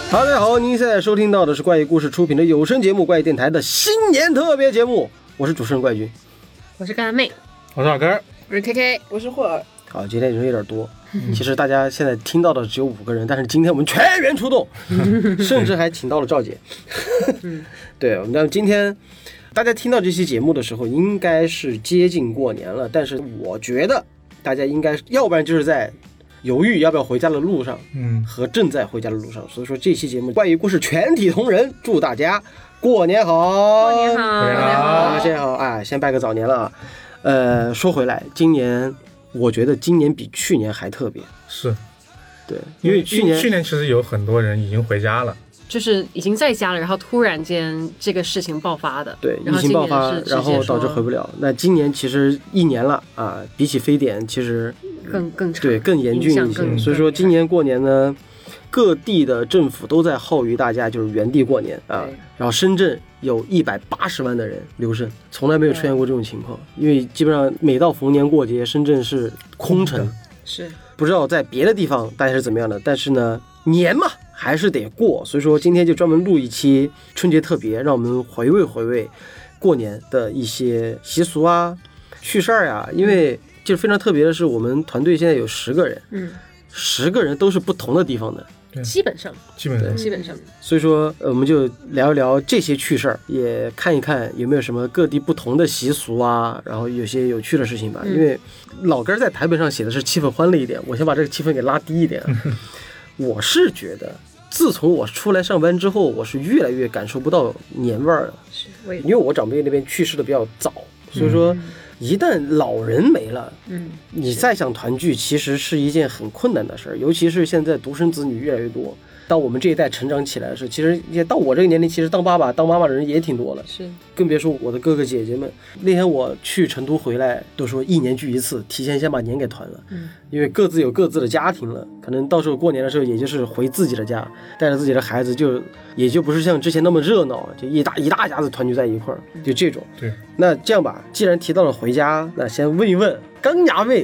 大家好，您现在收听到的是怪异故事出品的有声节目《怪异电台》的新年特别节目，我是主持人怪君， 我是干妹， 我是老根， 我是 KK， 我是霍尔。 好，今天人有点多，其实大家现在听到的只有5个人，但是今天我们全员出动，甚至还请到了赵姐。对，我们今天大家听到这期节目的时候，应该是接近过年了，但是我觉得大家应该要不然就是在犹豫要不要回家的路上，和正在回家的路上，所以说这期节目怪异故事全体同仁，祝大家过年好， 过年好， 过年好， 新年好啊！先拜个早年了啊。说回来，今年我觉得今年比去年还特别， 是对，因为去年其实有很多人已经回家了， 就是已经在家了，然后突然间这个事情爆发的， 对，疫情爆发，然后导致回不了。那今年其实1年了啊，比起非典，其实更长， 对，更严峻一些。所以说今年过年呢，各地的政府都在号吁大家就是原地过年啊。然后深圳有180万的人留深，从来没有出现过这种情况，因为基本上每到逢年过节，深圳是空城。 是不知道在别的地方大家是怎么样的，但是呢，年嘛还是得过，所以说今天就专门录一期春节特别，让我们回味过年的一些习俗啊、趣事儿呀。因为就是非常特别的是，我们团队现在有10个人，10个人都是不同的地方的。 基本上， 所以说我们就聊一聊这些趣事儿，也看一看有没有什么各地不同的习俗啊，然后有些有趣的事情吧。因为老根在台本上写的是气氛欢乐一点，我先把这个气氛给拉低一点。我是觉得自从我出来上班之后，我是越来越感受不到年味儿了，因为我长辈那边去世的比较早，所以说一旦老人没了，你再想团聚其实是一件很困难的事儿，尤其是现在独生子女越来越多。当我们这一代成长起来的时候，其实也到我这个年龄，其实当爸爸当妈妈的人也挺多了， 是， 更别说我的哥哥姐姐们。那天我去成都回来，都说1年聚一次，提前先把年给团了，因为各自有各自的家庭了，可能到时候过年的时候，也就是回自己的家，带着自己的孩子，也就不是像之前那么热闹，就一大家子团聚在一块儿，就这种。 对， 那这样吧，既然提到了回家，那先问一问钢牙妹。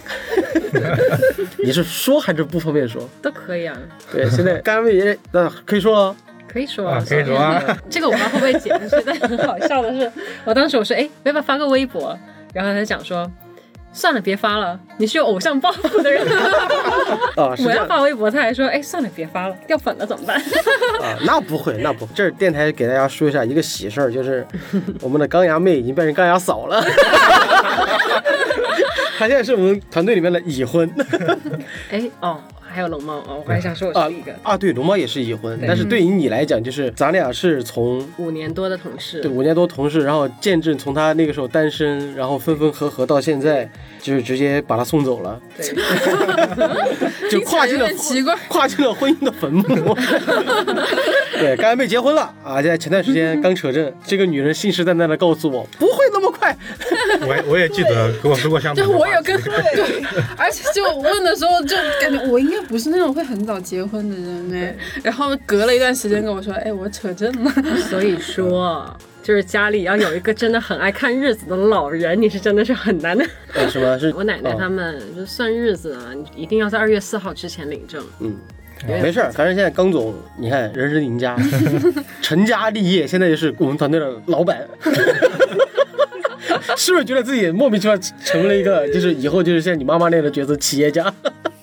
你是说还是不方便说？ 都可以啊。 对，现在钢牙妹也那可以说了， 可以说可以说啊。 这个我不知道会不会剪，但很好笑的是，我当时我说，要不要发个微博？然后他讲说，算了，别发了，你是有偶像抱负的人。我要发微博，他还说，算了，别发了，掉粉了怎么办？ 那不会。这是电台给大家说一下一个喜事儿，就是我们的钢牙妹已经变成钢牙嫂了。她现在是我们团队里面的已婚。 还有龙猫我还想说我是一个对，龙猫也是已婚，但是对于你来讲，就是咱俩是从 5年多的同事， 对，5年多同事，然后见证从他那个时候单身，然后分分合合到现在，就是直接把他送走了，对，就跨进了婚姻的坟墓。对，刚才没结婚了啊！现在前段时间刚扯证，这个女人信誓旦旦的告诉我，不会那么快。 我也记得跟我说过相同的话。 对，我有跟对，而且就问的时候就感觉我应该不是那种会很早结婚的人然后隔了一段时间跟我说，我扯证了。 所以说。就是家里要有一个真的很爱看日子的老人，你是真的是很难的。 什么是我奶奶他们就算日子啊，你一定要在2月4号之前领证。 没事，反正现在刚总，你看人生赢家，成家立业，现在就是我们团队的老板。是不是觉得自己莫名其妙成为了一个，就是以后就是像你妈妈那样的角色，企业家？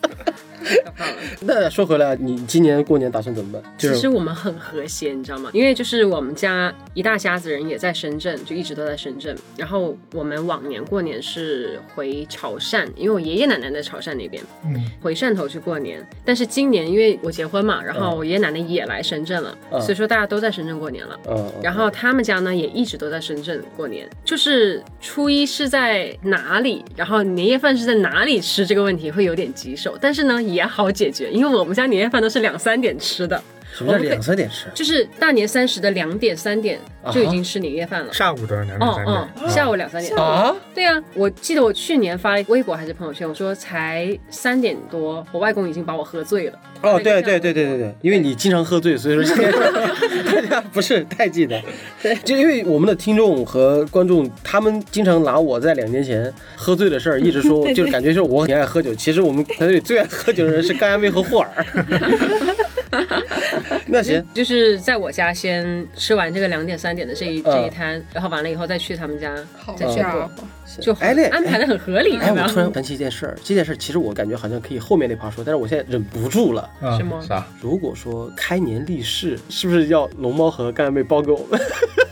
那说回来，你今年过年打算怎么办？ 其实我们很和谐，你知道吗？因为就是我们家一大家子人也在深圳，就一直都在深圳。然后我们往年过年是回潮汕，因为我爷爷奶奶在潮汕那边，回汕头去过年。但是今年因为我结婚嘛，然后我爷爷奶奶也来深圳了，所以说大家都在深圳过年了。然后他们家呢也一直都在深圳过年，就是初一是在哪里，然后年夜饭是在哪里吃，这个问题会有点棘手，但是呢也好解决，因为我们家年夜饭都是2、3点吃的。 什么叫2、3点吃？ 就是大年30的2点、3点就已经吃年夜饭了。 下午的2点、3点。 下午2、3点啊？ 对啊，我记得我去年发微博还是朋友圈，我说才3点多，我外公已经把我喝醉了。 对，因为你经常喝醉，所以说现在大家不是太记得。对，就因为我们的听众和观众，他们经常拿我在2年前喝醉的事儿一直说，就感觉是我很爱喝酒。其实我们团队里最爱喝酒的人是干妹和霍尔。 那行， 就是在我家先吃完这个2点3点的这一摊，然后完了以后再去他们家，再去过，就安排的很合理。 哎，我突然想起一件事儿，这件事其实我感觉好像可以后面那趴说，但是我现在忍不住了。 是吗？ 啥？ 如果说开年立誓，是不是要龙猫和干妹包给我们？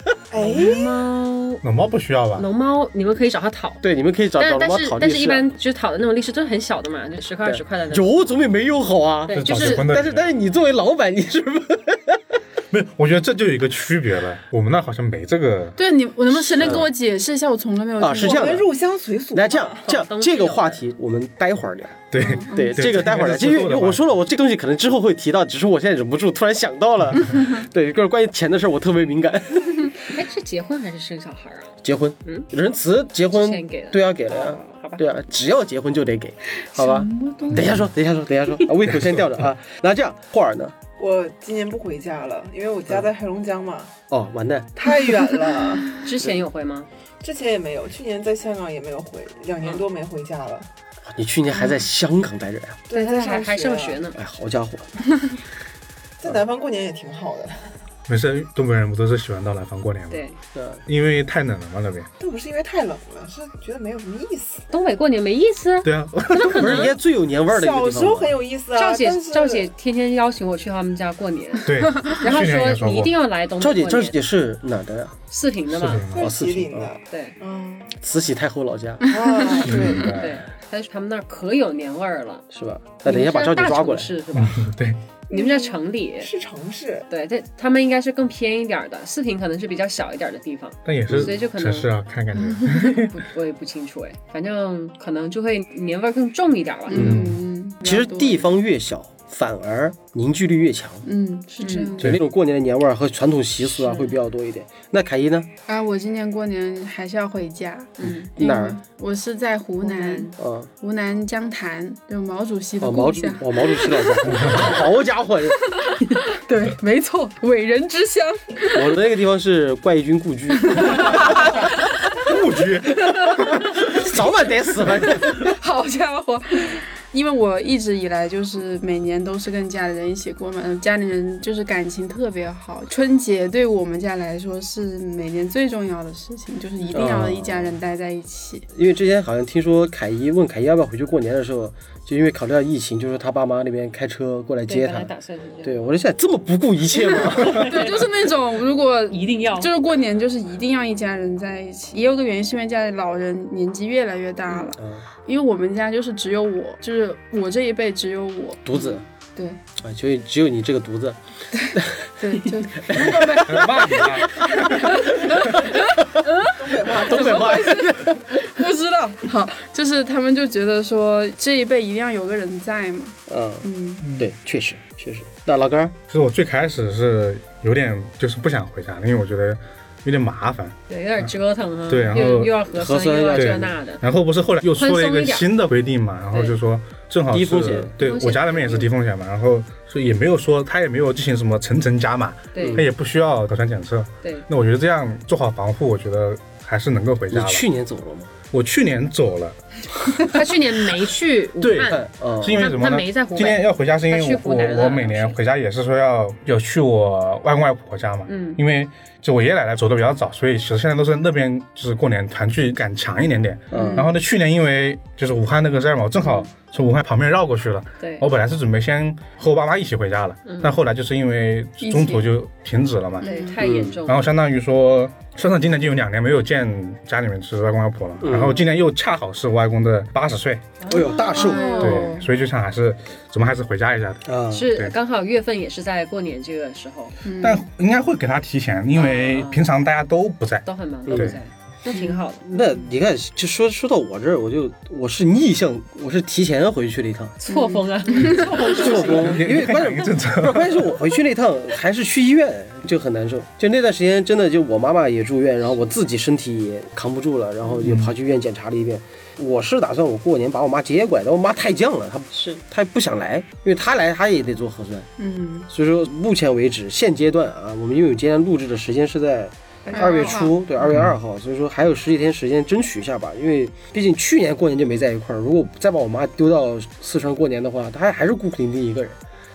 龙猫不需要吧？ 龙猫你们可以找他讨， 对，你们可以找龙猫讨利是， 但是一般就是讨的那种利是都是很小的嘛，就10块20块的那种。 有总比没有好啊。 对，就是， 但是你作为老板，你是不是？ 没有，我觉得这就有一个区别了。我们那好像没这个。 对你，我能不能谁能跟我解释一下？我从来没有听过。 是这样的， 入乡随俗。 那这样，这个话题我们待会儿聊。 对， 这个待会儿聊。因为我说了，我这东西可能之后会提到，只是我现在忍不住突然想到了。对，就是关于钱的事，我特别敏感。 哎，是结婚还是生小孩啊？ 结婚，仁慈结婚，对啊，给了呀。对啊，只要结婚就得给，好吧？等一下说，胃口先吊着啊。那这样，霍尔呢？ 我今年不回家了，因为我家在黑龙江嘛。 哦，完蛋， 太远了。 之前有回吗？ 之前也没有，去年在香港也没有回，2年多没回家了。 你去年还在香港待着呀？ 对，他还上学呢。 哎，好家伙， 在南方过年也挺好的。 没事，东北人不都是喜欢到南方过年吗？ 对， 因为太冷了嘛那边。 都不是因为太冷了，是觉得没有什么意思。 东北过年没意思？ 对啊， 怎么可能？ 不是应该最有年味儿的一个地方？ 小时候很有意思啊。 赵姐天天邀请我去他们家过年， 对， 然后说你一定要来东北过年。 赵姐是哪的呀？ 四平的嘛。 四平的。 对， 慈禧太后老家。 对，他们那儿可有年味儿了， 是吧？那等一下把赵姐抓过来， 是吧？ 对。 你们在城里是城市， 对，他们应该是更偏一点的，四平可能是比较小一点的地方， 但也是， 所以就可能城市啊，看感觉我也不清楚哎，反正可能就会年味更重一点吧。 其实地方越小，反而凝聚力越强。 是这样。 就那种过年的年味儿和传统习俗啊，会比较多一点。那凯一呢？ 我今年过年还是要回家。 哪儿？ 我是在湖南。湖南湘潭，就毛主席的故乡。 毛主席老家，好家伙！ 对，没错，伟人之乡。 我的那个地方是怪异军故居。 故居， 早晚得死吧！ 好家伙！因为我一直以来就是每年都是跟家里人一起过嘛，家里人就是感情特别好。春节对我们家来说是每年最重要的事情，就是一定要一家人待在一起。 因为之前好像听说问凯一要不要回去过年的时候，就因为考虑到疫情，就是他爸妈那边开车过来接他。对，我就想这么不顾一切吗？ 对，就是那种如果一定要， 就是过年就是一定要一家人在一起。也有个原因是因为家里老人年纪越来越大了。因为我们家就是只有我，就是我这一辈只有我独子， 对， 所以只有你这个独子， 对，就东北话， 不知道。好，就是他们就觉得说这一辈一定要有个人在嘛。 对，确实。那老根， 其实我最开始是有点就是不想回家的，因为我觉得有点麻烦， 对，有点折腾哈。 对，然后又要核酸又要这那的。 然后不是后来又出了一个新的规定嘛，然后就说正好是低风险， 对我家那边也是低风险嘛，然后所以也没有说他也没有进行什么层加码， 对， 他也不需要核酸检测。 对， 那我觉得这样做好防护，我觉得还是能够回家了。 你去年走了吗？ 我去年走了。 他去年没去武汉， 是因为什么呢？ 他没在湖北。 今年要回家是因为我每年回家也是说要去我外公外婆家嘛，因为就我爷爷奶奶走的比较早，所以其实现在都是那边就是过年团聚感强一点点。然后呢，去年因为就是武汉那个事儿嘛，我正好从武汉旁边绕过去了。 对， 我本来是准备先和我爸妈一起回家了，但后来就是因为中途就停止了嘛， 对，太严重。 然后相当于说，算上今年就有2年没有见家里面是外公外婆了，然后今年又恰好是我外公的80岁， 大寿， 对，所以就想还是回家一下的。 是刚好月份也是在过年这个时候， 但应该会给他提前，因为平常大家都不在， 都很忙，都不在。那挺好的。 那你看，就说到我这儿，我是逆向，我是提前回去了一趟， 错峰啊， 错峰，因为关键是我回去那趟还是去医院，就很难受。就那段时间真的就我妈妈也住院，然后我自己身体也扛不住了，然后也跑去医院检查了一遍。我是打算我过年把我妈接过来，但我妈太犟了，她不想来，因为她来她也得做核酸。所以说目前为止现阶段啊，我们因为今天录制的时间是在2月初，对，2月2号，所以说还有10几天时间争取一下吧，因为毕竟去年过年就没在一块儿，如果再把我妈丢到四川过年的话，她还是孤苦伶仃一个人，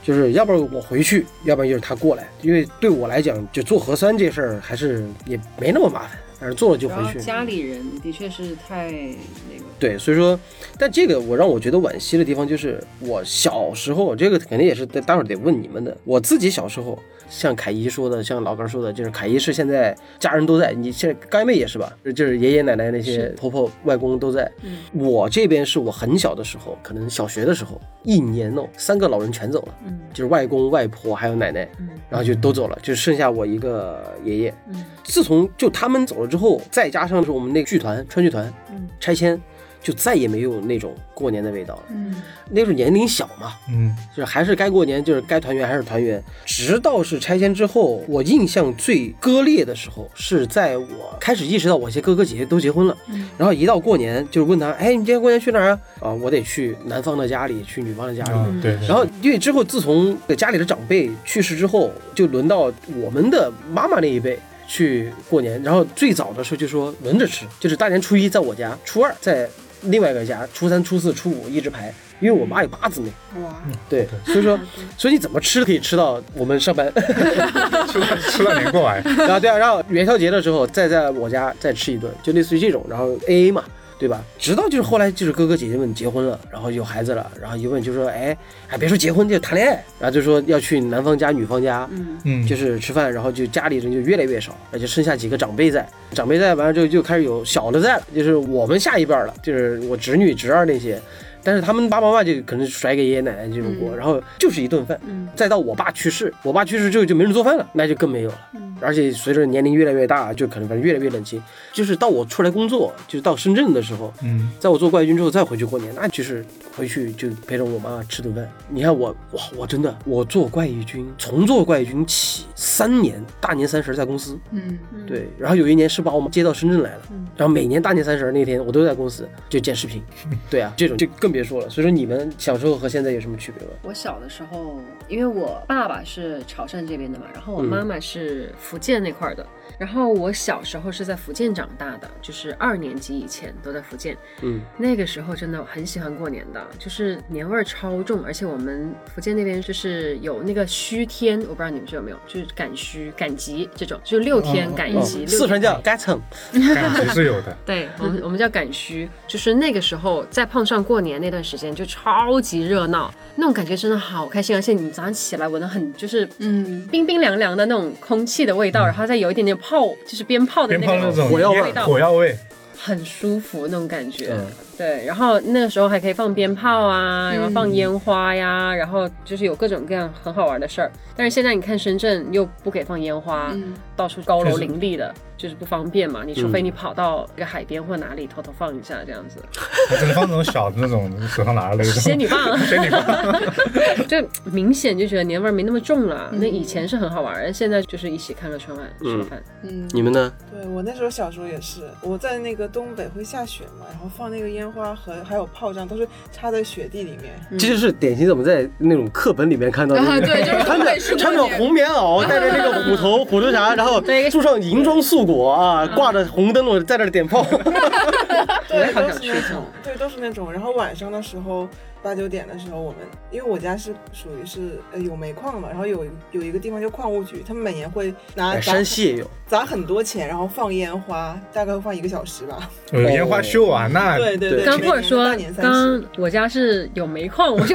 就是要不然我回去，要不然就是他过来。因为对我来讲，就做核酸这事儿还是也没那么麻烦，反正做了就回去。 家里人的确是太那个。 对，所以说，但这个让我觉得惋惜的地方就是我小时候，这个肯定也是待会儿得问你们的。我自己小时候，像凯一说的，像老根说的，就是凯一是现在家人都在，你现在干妹也是吧？就是爷爷奶奶那些婆婆外公都在。我这边是我很小的时候，可能小学的时候，1年3个老人全走了，就是外公外婆还有奶奶，然后就都走了，就剩下我一个爷爷。自从就他们走了之后，再加上是我们那个剧团川剧团拆迁。就再也没有那种过年的味道了。那时候年龄小嘛，就是还是该过年，就是该团圆还是团圆。直到是拆迁之后，我印象最割裂的时候是在我开始意识到我一些哥哥姐姐都结婚了，然后一到过年就问他，哎，你今年过年去哪儿啊？我得去男方的家里，去女方的家里。 对。 然后因为之后自从家里的长辈去世之后，就轮到我们的妈妈那一辈去过年。然后最早的时候就说轮着吃，就是大年初一在我家，初二在另外一个家，初三、初4、初5一直排，因为我妈有8姊妹。哇，对，所以说，所以你怎么吃可以吃到我们上班， 吃到年过完。 然后对啊，然后元宵节的时候再在我家再吃一顿，就类似于这种，然后 AA 嘛。对吧？直到就是后来就是哥哥姐姐们结婚了，然后有孩子了，然后一问就说，哎，别说结婚，就谈恋爱，然后就说要去男方家女方家，就是吃饭，然后就家里人就越来越少，而且剩下几个长辈在完了之后就开始有小的在了，就是我们下一辈了，就是我侄女侄儿那些。但是他们爸爸妈妈就可能甩给爷爷奶奶这种锅，然后就是一顿饭。再到我爸去世之后就没人做饭了，那就更没有了。而且随着年龄越来越大，就可能反正越来越冷清。就是到我出来工作，就是到深圳的时候，在我做怪军之后再回去过年，那就是回去就陪着我妈吃顿饭。你看我真的我做怪异军，从做怪异军起3年，大年30在公司。对，然后有一年是把我们接到深圳来了，然后每年大年30那天我都在公司就剪视频。对啊，这种就更别说了。所以说你们小时候和现在有什么区别吗？ 我小的时候，因为我爸爸是潮汕这边的嘛，然后我妈妈是福建那块的，然后我小时候是在福建长大的，就是2年级以前都在福建。那个时候真的很喜欢过年的，就是年味儿超重，而且我们福建那边就是有那个虚天，我不知道你们这有没有，就是赶虚赶集这种，就是6天赶一集。 四川叫赶蹭， 赶集是有的。 对，我们叫赶虚，就是那个时候再碰上过年那段时间就超级热闹，那种感觉真的好开心。而且你早上起来闻到很就是冰冰凉凉的那种空气的味道，然后再有一点点炮，就是鞭炮的那种火药味， 很舒服那种感觉。对，然后那个时候还可以放鞭炮啊，然后放烟花呀，然后就是有各种各样很好玩的事儿。但是现在你看深圳又不给放烟花，到处高楼林立的，就是不方便嘛。你除非你跑到一个海边或哪里偷偷放一下这样子。 只能放那种小的那种手上拿的那种仙女棒，就明显就觉得年味儿没那么重了。那以前是很好玩，现在就是一起看个春晚吃饭。 你们呢？ 对，我那时候小时候也是，我在那个东北会下雪嘛，然后放那个烟花和还有炮仗都是插在雪地里面。 这就是典型的我们在那种课本里面看到的， 对，就是穿着红棉袄，戴着那个虎头侠，然后树上银装素裹啊，挂着红灯笼在那点炮。 对，都是那种，对，都是那种。然后晚上的时候8、9点的时候，我们因为我家是属于是有煤矿嘛，然后有一个地方叫矿务局，他们每年会拿山西也有砸很多钱，然后放烟花，大概会放1个小时吧。 有烟花秀啊，那对。 刚或者说，刚我家是有煤矿，我就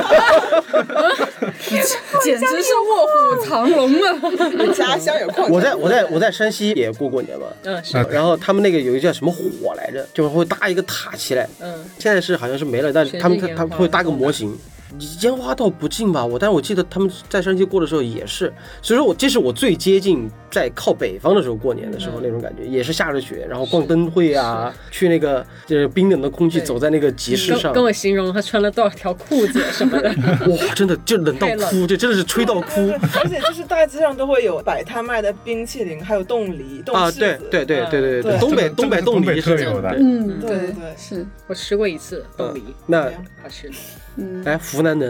简直是卧虎藏龙了。 家乡有矿。 我在山西也过年嘛，然后他们那个有一个叫什么火来着，就是会搭一个塔起来，现在是好像是没了，但是他们会搭个模型。烟花倒不近吧，但是我记得他们在山西过的时候也是，所以说这是我最接近在靠北方的时候过年的时候那种感觉，也是下着雪，然后逛灯会啊，去那个就是冰冷的空气走在那个集市上。 跟我形容他穿了多少条裤子什么的， 哇，真的就冷到哭，这真的是吹到哭。 而且就是大街上都会有摆摊卖的冰淇淋，还有冻梨、冻柿子。 对，东北冻梨是有的。 对， 是我吃过一次冻梨， 那好吃。 哎，湖南呢？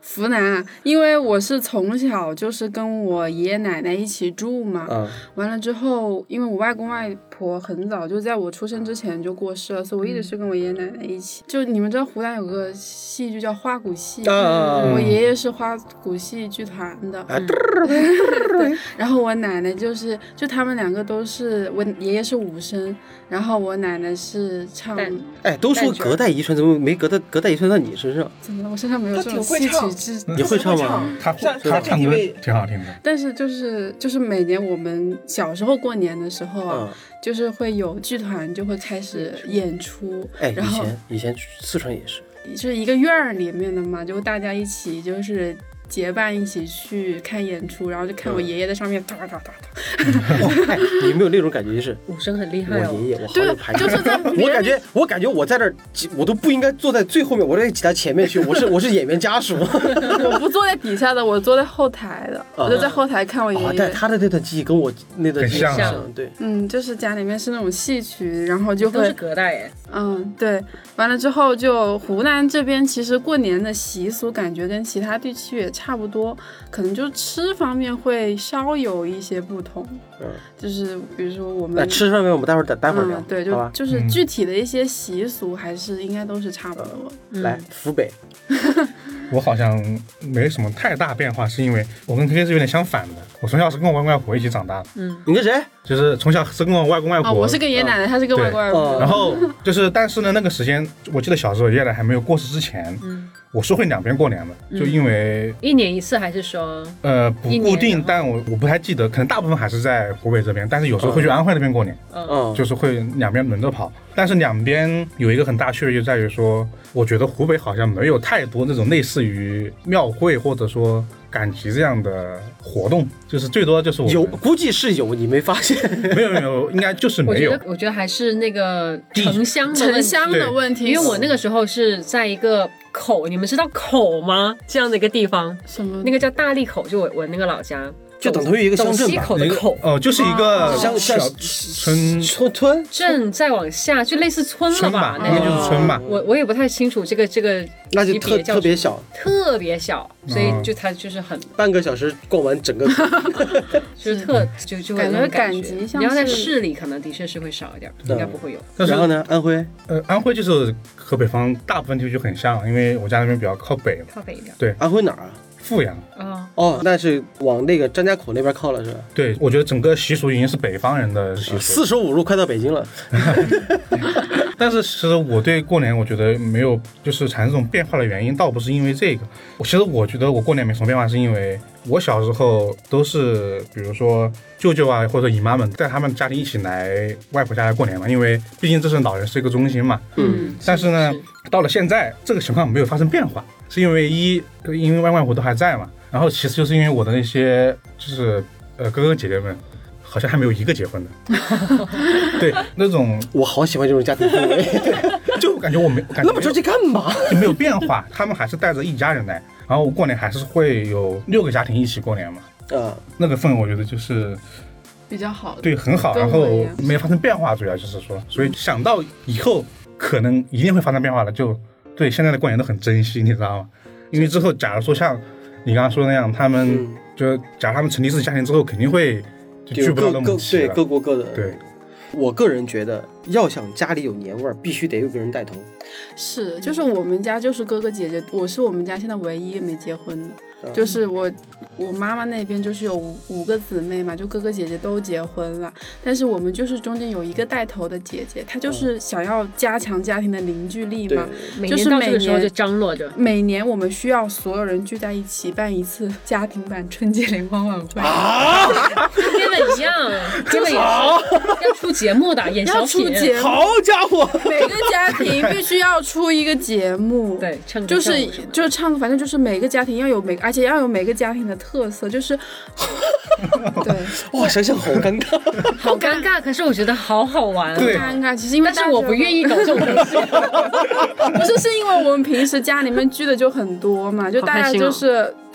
湖南，因为我是从小就是跟我爷爷奶奶一起住嘛，完了之后，因为我外公外婆很早就在我出生之前就过世了，所以我一直是跟我爷爷奶奶一起。就你们知道湖南有个戏剧叫花鼓戏，我爷爷是花鼓戏剧团的，对，然后我奶奶就他们两个都是，我爷爷是武生，然后我奶奶是唱。 哎，都说隔代遗传，怎么没隔代遗传到你身上？ 怎么了？我身上没有这种戏曲之。 你会唱吗？ 他唱歌挺好听的。 但是就是每年我们小时候过年的时候啊，就是会有剧团就会开始演出。 哎， 然后以前四川也是， 就是一个院儿里面的嘛，就大家一起就是结伴一起去看演出，然后就看我爷爷在上面哒哒哒哒。 哎，你有没有那种感觉，就是武生很厉害哦？ 我爷爷，我好有排场。 就是在我感觉我在这儿，我都不应该坐在最后面，我得挤到前面去。我是演员家属。 我不坐在底下的，我坐在后台的，我就在后台看我爷爷。 但他的那段记忆跟我那段记忆像， 对， 就是家里面是那种戏曲，然后就会都是隔代哎。 对，完了之后就湖南这边其实过年的习俗感觉跟其他地区也差不多，可能就吃方面会稍有一些不同。就是比如说我们吃方面我们待会儿聊。 对，就是具体的一些习俗还是应该都是差不多。 来，湖北。 我好像没什么太大变化，是因为我跟 KK 是有点相反的。我从小是跟我外公外婆一起长大的。 你跟谁？ 就是从小是跟我外公外婆。 我是跟爷爷奶奶，他是跟外公外婆。 然后就是，但是呢，那个时间，我记得小时候爷爷奶奶还没有过世之前，我是会两边过年的，就因为 1年1次还是说不固定，但我不太记得，可能大部分还是在湖北这边，但是有时候会去安徽那边过年，就是会两边轮着跑。但是两边有一个很大区别就在于说，我觉得湖北好像没有太多那种类似于庙会或者说赶集这样的活动，就是最多就是有，估计是有，你没发现？ 没有，应该就是没有。 我觉得还是那个城乡的问题， 因为我那个时候是在一个口，你们知道口吗？这样的一个地方， 什么？ 那个叫大利口，就我那个老家。 就等同于一个乡镇吧， 口的口就是一个小村镇，再往下就类似村了吧？ 那就是村吧。 我也不太清楚这个， 那就特别小， 所以就它就是很半个小时逛完整个， 就是就感觉赶集。 你要在市里可能的确是会少一点，应该不会有。 然后呢，安徽， 安徽就是和北方大部分地区就很像，因为我家那边比较靠北， 靠北一点。 对， 安徽哪儿啊？ 阜阳。 那是往那个张家口那边靠了是吧？ 对，我觉得整个习俗已经是北方人的习俗。 45路快到北京了。 但是其实我对过年我觉得没有就是产生这种变化的原因，倒不是因为这个。其实我觉得我过年没什么变化，是因为我小时候都是比如说舅舅啊或者姨妈们带他们家庭一起来外婆家来过年嘛，因为毕竟这是老人是一个中心嘛。但是呢，到了现在这个情况没有发生变化，是因为因为外公外婆都还在嘛，然后其实就是因为我的那些就是哥哥姐姐们好像还没有一个结婚的。对，那种我好喜欢这种家庭氛围。 就感觉我没那么着急干嘛？ 就没有变化，他们还是带着一家人来，然后过年还是会有6个家庭一起过年嘛。那个氛围我觉得就是比较好， 对，很好，然后没有发生变化，主要就是说，所以想到以后可能一定会发生变化的，就对现在的过年都很珍惜，你知道吗？因为之后假如说像你刚刚说的那样，他们就假如他们成立自己家庭之后，肯定会就聚不到那么齐了， 对，各过各的。 对， 我个人觉得，要想家里有年味儿，必须得有个人带头。 是，就是我们家就是哥哥姐姐，我是我们家现在唯一没结婚的，就是我妈妈那边就是有5个姊妹嘛，就哥哥姐姐都结婚了，但是我们就是中间有一个带头的姐姐，她就是想要加强家庭的凝聚力嘛，就是每年就张罗着， 每年我们需要所有人聚在一起办一次家庭版春节联欢晚会啊， 跟他们一样，他们也是要出节目的，演小品， 好家伙， 每个家庭必须要出一个节目， 对， 就是唱，反正就是每个家庭要有而且要有每个家庭的特色，就是对， 哇，想想好尴尬， 好尴尬，可是我觉得好好玩， 对， 尴尬。其实因为但是我不愿意搞这种东西， 不是因为我们平时家里面聚的就很多嘛，就大家就是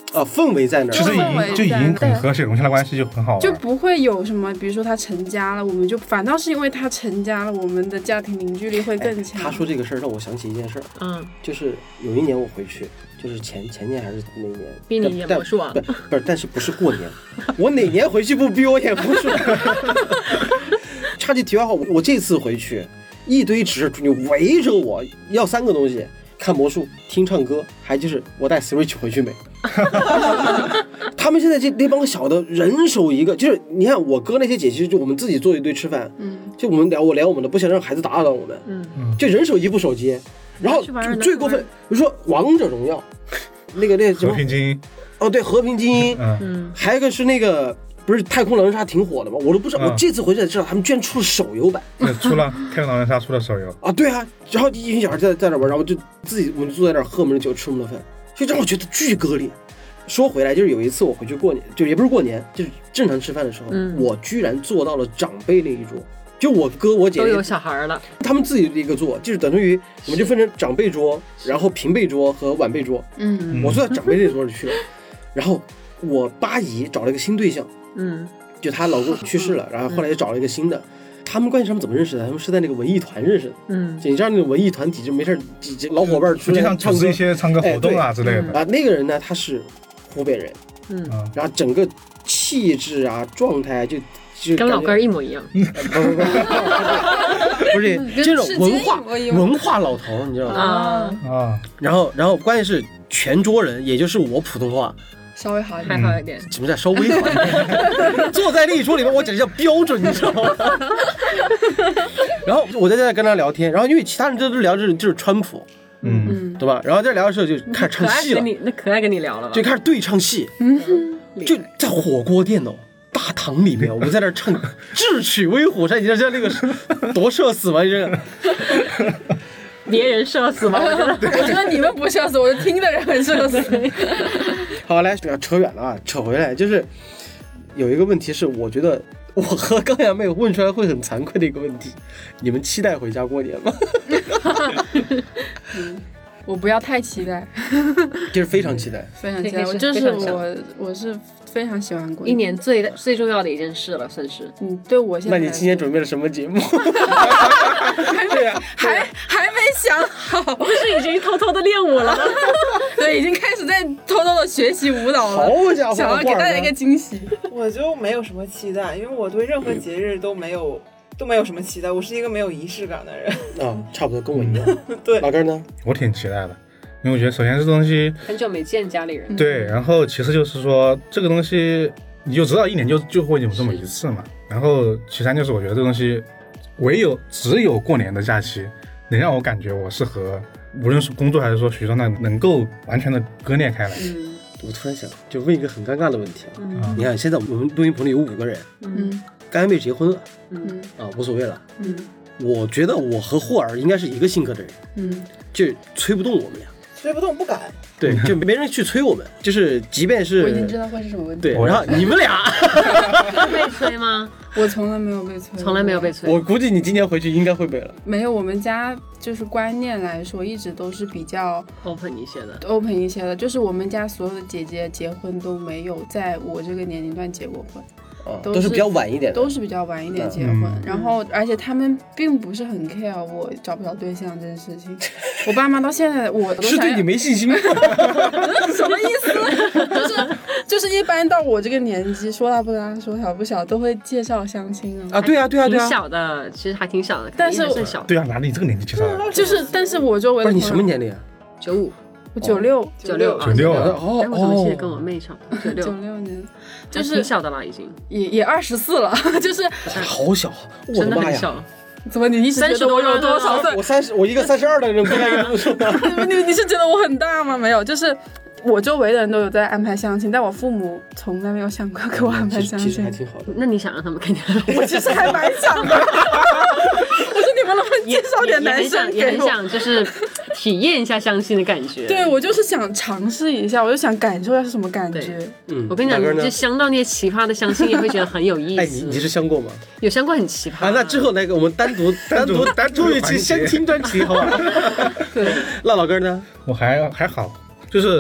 氛围在那儿， 其实已经很和谐融洽的关系就很好玩， 就不会有什么，比如说他成家了，我们就反倒是因为他成家了，我们的家庭凝聚力会更强。 他说这个事儿让我想起一件事儿，就是有一年我回去，就是前年还是哪年， 逼你演魔术啊？ 不是，但是不是过年，我哪年回去不逼我演魔术？插句题外话，我这次回去，一堆侄女围着我要3个东西。看魔术、听唱歌，还就是我带 Switch 回去没？他们现在那帮小的人手一个，就是你看我哥那些姐，其实就我们自己做一堆吃饭，就我聊我们的，不想让孩子打扰我们，就人手一部手机，然后最过分，比如说王者荣耀，那什么和平精英， 对，和平精英，还有一个是那个。不是太空狼人杀挺火的吗？我都不知道，我这次回去才知道他们居然出了手游版。 出了太空狼人杀出了手游啊，对啊，然后一群小孩在那玩，然后就我们坐在那儿喝我们的酒，吃我们的饭，就让我觉得巨割裂。说回来，就是有一次我回去过年，就也不是过年，就是正常吃饭的时候，我居然坐到了长辈那一桌，就我哥我姐都有小孩了， 他们自己的一个桌，就是等于我们就分成长辈桌，然后平辈桌和晚辈桌。我坐在长辈那桌里去了，然后我八姨找了一个新对象。就她老公去世了，然后后来又找了一个新的。他们关系他们怎么认识的？他们是在那个文艺团认识的。就你知道那个文艺团体就没事几老伙伴出来唱歌， 一些唱歌活动啊之类的。 那个人呢，他是湖北人，然后整个气质啊状态就跟老根一模一样。 不是这种文化老头，你知道吗？然后关键是全桌人，也就是我普通话。 稍微好一点， 还好一点。 什么叫稍微好一点？坐在那一桌里面，我简直叫标准，你知道吗？然后我在这跟他聊天，然后因为其他人都聊就是川普，对吧？然后在聊的时候就开始唱戏了， 可爱跟你聊了吧？ 就开始对唱戏，就在火锅店大堂里面，我们在那唱《智取威虎山》，你知道那个多社死吗？你这个。 别人社死吗？ 我觉得你们不社死，我就听的人很社死。 好，来扯远了啊，扯回来，就是有一个问题是，我觉得我和钢牙妹问出来会很惭愧的一个问题：你们期待回家过年吗？ 我不要太期待， 就是非常期待， 非常期待。我是非常喜欢过年， 一年最重要的一件事了，算是。 对我现在。 那你今年准备了什么节目？ 对呀，还没想好， 不是已经偷偷的练舞了吗？ 对，已经开始在偷偷的学习舞蹈了。 好家伙， 想要给大家一个惊喜。 我就没有什么期待，因为我对任何节日都没有什么期待，我是一个没有仪式感的人。 差不多跟我一样。 对， 老根呢？ 我挺期待的，因为我觉得首先这东西很久没见家里人， 对，然后其次就是说这个东西你就知道一年就会有这么一次嘛，然后其三就是我觉得这个东西只有过年的假期能让我感觉我是和无论是工作还是说学习状态能够完全的割裂开来。 我突然想就问一个很尴尬的问题你看现在我们录音棚里有5个人，干妹结婚了，无所谓了，我觉得我和霍尔应该是一个性格的人，就催不动我们俩， 催不动不敢， 对，就没人去催我们，就是即便是我已经知道会是什么问题， 对，然后你们俩被催吗？ 我从来没有被催， 从来没有被催。 我估计你今年回去应该会被了。 没有，我们家就是观念来说，一直都是比较 open 一些的，就是我们家所有的姐姐结婚都没有在我这个年龄段结过婚。 都是比较晚一点的， 都是比较晚一点结婚，然后而且他们并不是很 care 我找不找对象这件事情。我爸妈到现在我都是对你没信心吗？ 什么意思？就是一般到我这个年纪，说大不大，说小不小，都会介绍相亲啊。 对啊， 挺小的，其实还挺小的， 但是最小的。 对啊，哪里这个年纪介绍的？ 就是，但是我周围不是你什么年龄啊 ？95。 我96。 我怎么记得跟我妹差不多 ？96年，就是挺小的了，已经也24了，就是好小， 真的很小。 怎么你一直觉得我有多少岁？ 我一个32的人不该这么说吗？ 你是觉得我很大吗？没有，就是我周围的人都有在安排相亲，但我父母从来没有想过给我安排相亲。 其实还挺好的。 那你想让他们给你？ 我其实还蛮想的。我说你们能不能介绍点男生给我？ 也很想就是体验一下相亲的感觉。 对，我就是想尝试一下，我就想感受一下是什么感觉。 我跟你讲，你就相到那些奇葩的相亲，也会觉得很有意思。 哎，你是相过吗？ 有相过很奇葩那之后那个我们单独一期相亲专题，好吧？对，那老根呢？ 我还好，就是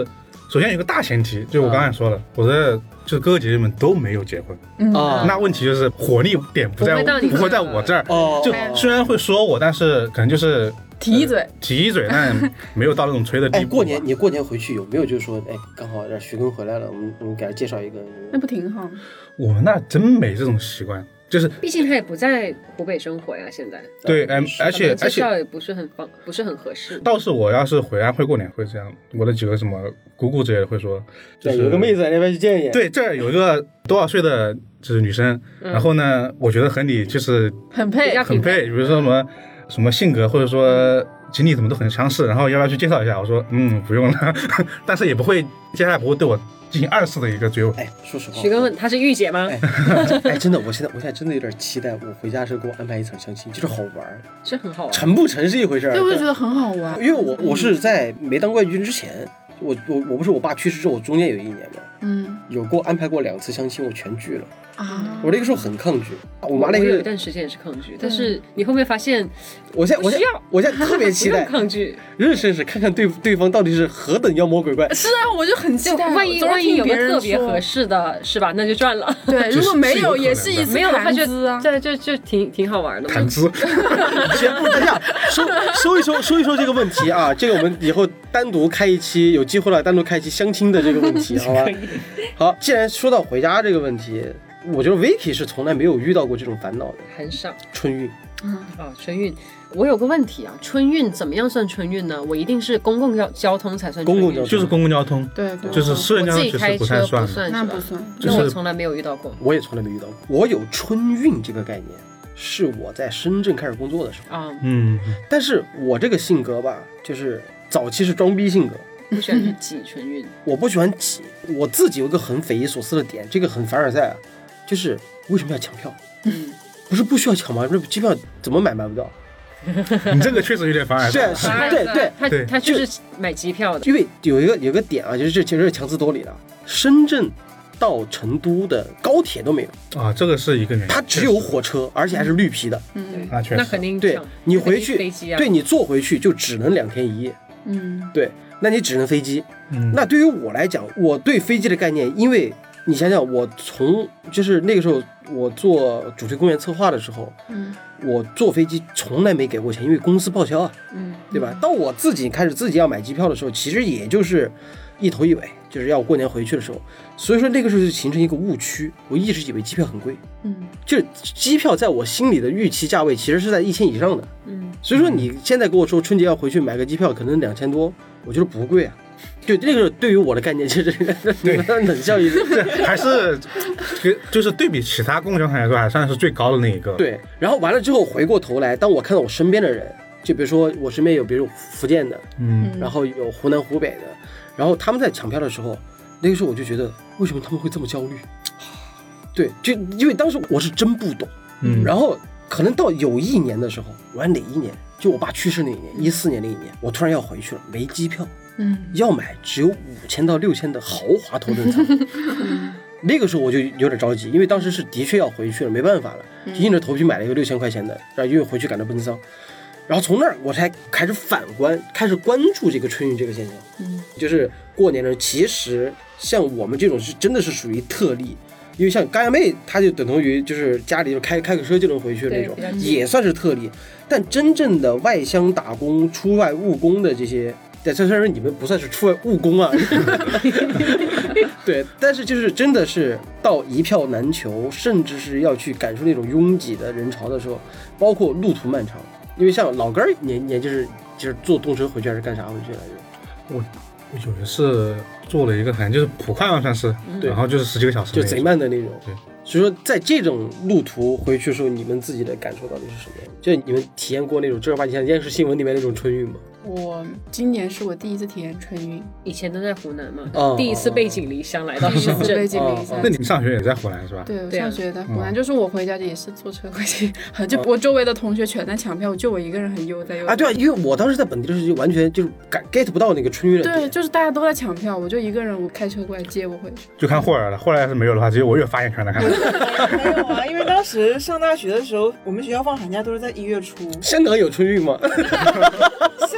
首先有个大前提，就我刚才说了，我的就是哥哥姐姐们都没有结婚那问题就是火力点不会在我这儿就虽然会说我，但是可能就是提一嘴， 但没有到那种吹的地步。 你过年回去有没有就是说，刚好让徐根回来了，我们给他介绍一个？ 那不挺好？ 我们那真没这种习惯。就是， 毕竟他也不在湖北生活呀，现在。 对，而且介绍也不是很合适。 倒是我要是回安徽过年会这样，我的几个什么姑姑之类的会说，就是有个妹子在那边去见一眼。 对，这儿有一个多少岁的就是女生，然后呢，我觉得和你就是很配， 比如说什么性格或者说经历怎么都很相似，然后要不要去介绍一下？我说不用了，但是也不会，接下来不会对我进行2次的一个追问。 说实话， 徐哥问他是御姐吗？ 真的，我现在真的有点期待，我回家时候给我安排一场相亲，就是好玩， 是很好玩， 成不成是一回事。 对，我就觉得很好玩， 因为我是在没当冠军之前，我不是我爸去世之后，我中间有1年嘛，有过安排过2次相亲，我全拒了。我那个时候很抗拒，我妈那个有一段时间也是抗拒，但是你会不会发现， 我现在特别期待抗拒， 认识看看对方到底是何等妖魔鬼怪。 是啊，我就很期待， 万一有个特别合适的，是吧？那就赚了。 对，如果没有也是一次没有的话就挺好玩的。 谈资。 先等一下，说一说这个问题啊，这个我们以后单独开一期，有机会了单独开一期相亲的这个问题，好吧？好，既然说到回家这个问题。我觉得 Vicky 是从来没有遇到过这种烦恼的， 很少。 春运， 春运，我有个问题啊，春运怎么样算春运呢？我一定是公共交通才算春运， 就是公共交通， 对， 就是私人交通其实不太算， 那不算。 那我从来没有遇到过， 我也从来没遇到过。我有春运这个概念，是我在深圳开始工作的时候但是我这个性格吧，就是早期是装逼性格。 不喜欢去挤春运， 我不喜欢挤。我自己有一个很匪夷所思的点，这个很凡尔赛啊，就是为什么要抢票？不是不需要抢吗？这机票怎么买不到？ 你这个确实有点凡尔赛。 对， 他就是买机票的。 因为有一个点啊，就是这其实是强词夺理的。深圳到成都的高铁都没有啊，这个是一个原因。 它只有火车，而且还是绿皮的。 那确实。 那肯定对，你回去飞机啊， 对你坐回去就只能2天1夜。对。那你只能飞机，那对于我来讲，我对飞机的概念，因为你想想，我从就是那个时候我做主题公园策划的时候，我坐飞机从来没给过钱，因为公司报销啊，对吧？到我自己开始自己要买机票的时候，其实也就是一头一尾，就是要过年回去的时候，所以说那个时候就形成一个误区，我一直以为机票很贵，就是机票在我心里的预期价位其实是在1000以上的，所以说你现在跟我说春节要回去买个机票可能2000多，我觉得不贵啊。就这个对于我的概念就是冷笑一还是就是对比其他公共交通来说还算是最高的那一个。 对，然后完了之后回过头来，当我看到我身边的人，就比如说我身边有比如福建的，然后有湖南湖北的，然后他们在抢票的时候，那个时候我就觉得为什么他们会这么焦虑？对，就因为当时我是真不懂，然后可能到有1年的时候，我哪一年？就我爸去世那一年，14年那一年，我突然要回去了，没机票，要买只有5000到6000的豪华头等舱，那个时候我就有点着急，因为当时是的确要回去了，没办法了，硬着头皮买了一个6000块钱的，然后因为回去赶着奔丧，然后从那儿我才开始开始关注这个春运这个现象，就是过年的其实像我们这种是真的是属于特例。因为像高阳妹，她就等同于就是家里就开个车就能回去的那种，也算是特例。但真正的外乡打工、出外务工的这些，虽然你们不算是出外务工啊，对，但是就是真的是到一票难求，甚至是要去赶出那种拥挤的人潮的时候，包括路途漫长。因为像老根儿年就是坐动车回去还是干啥回去来着？ 我有一次做了一个好像就是普快嘛算是，然后就是10几个小时， 就贼慢的那种。 对， 所以说在这种路途回去的时候，你们自己的感受到底是什么样？就你们体验过那种正儿八经像电视新闻里面那种春运吗？ 我今年是我第一次体验春运， 以前都在湖南嘛，第一次背井离乡来到深圳。 背井离乡。 那你上学也在湖南是吧？ 对，我上学在湖南，就是我回家也是坐车回去，就我周围的同学全在抢票，就我一个人很悠哉啊。对啊，因为我当时在本地的时候就完全就是 get 不到那个春运的点。 对，就是大家都在抢票，我就一个人，我开车过来接我回去。 就看霍尔了，霍尔要是没有的话，只有我有发言权的看。 没有啊，因为当时上大学的时候，我们学校放寒假都是在1月初。 香港有春运吗？ 香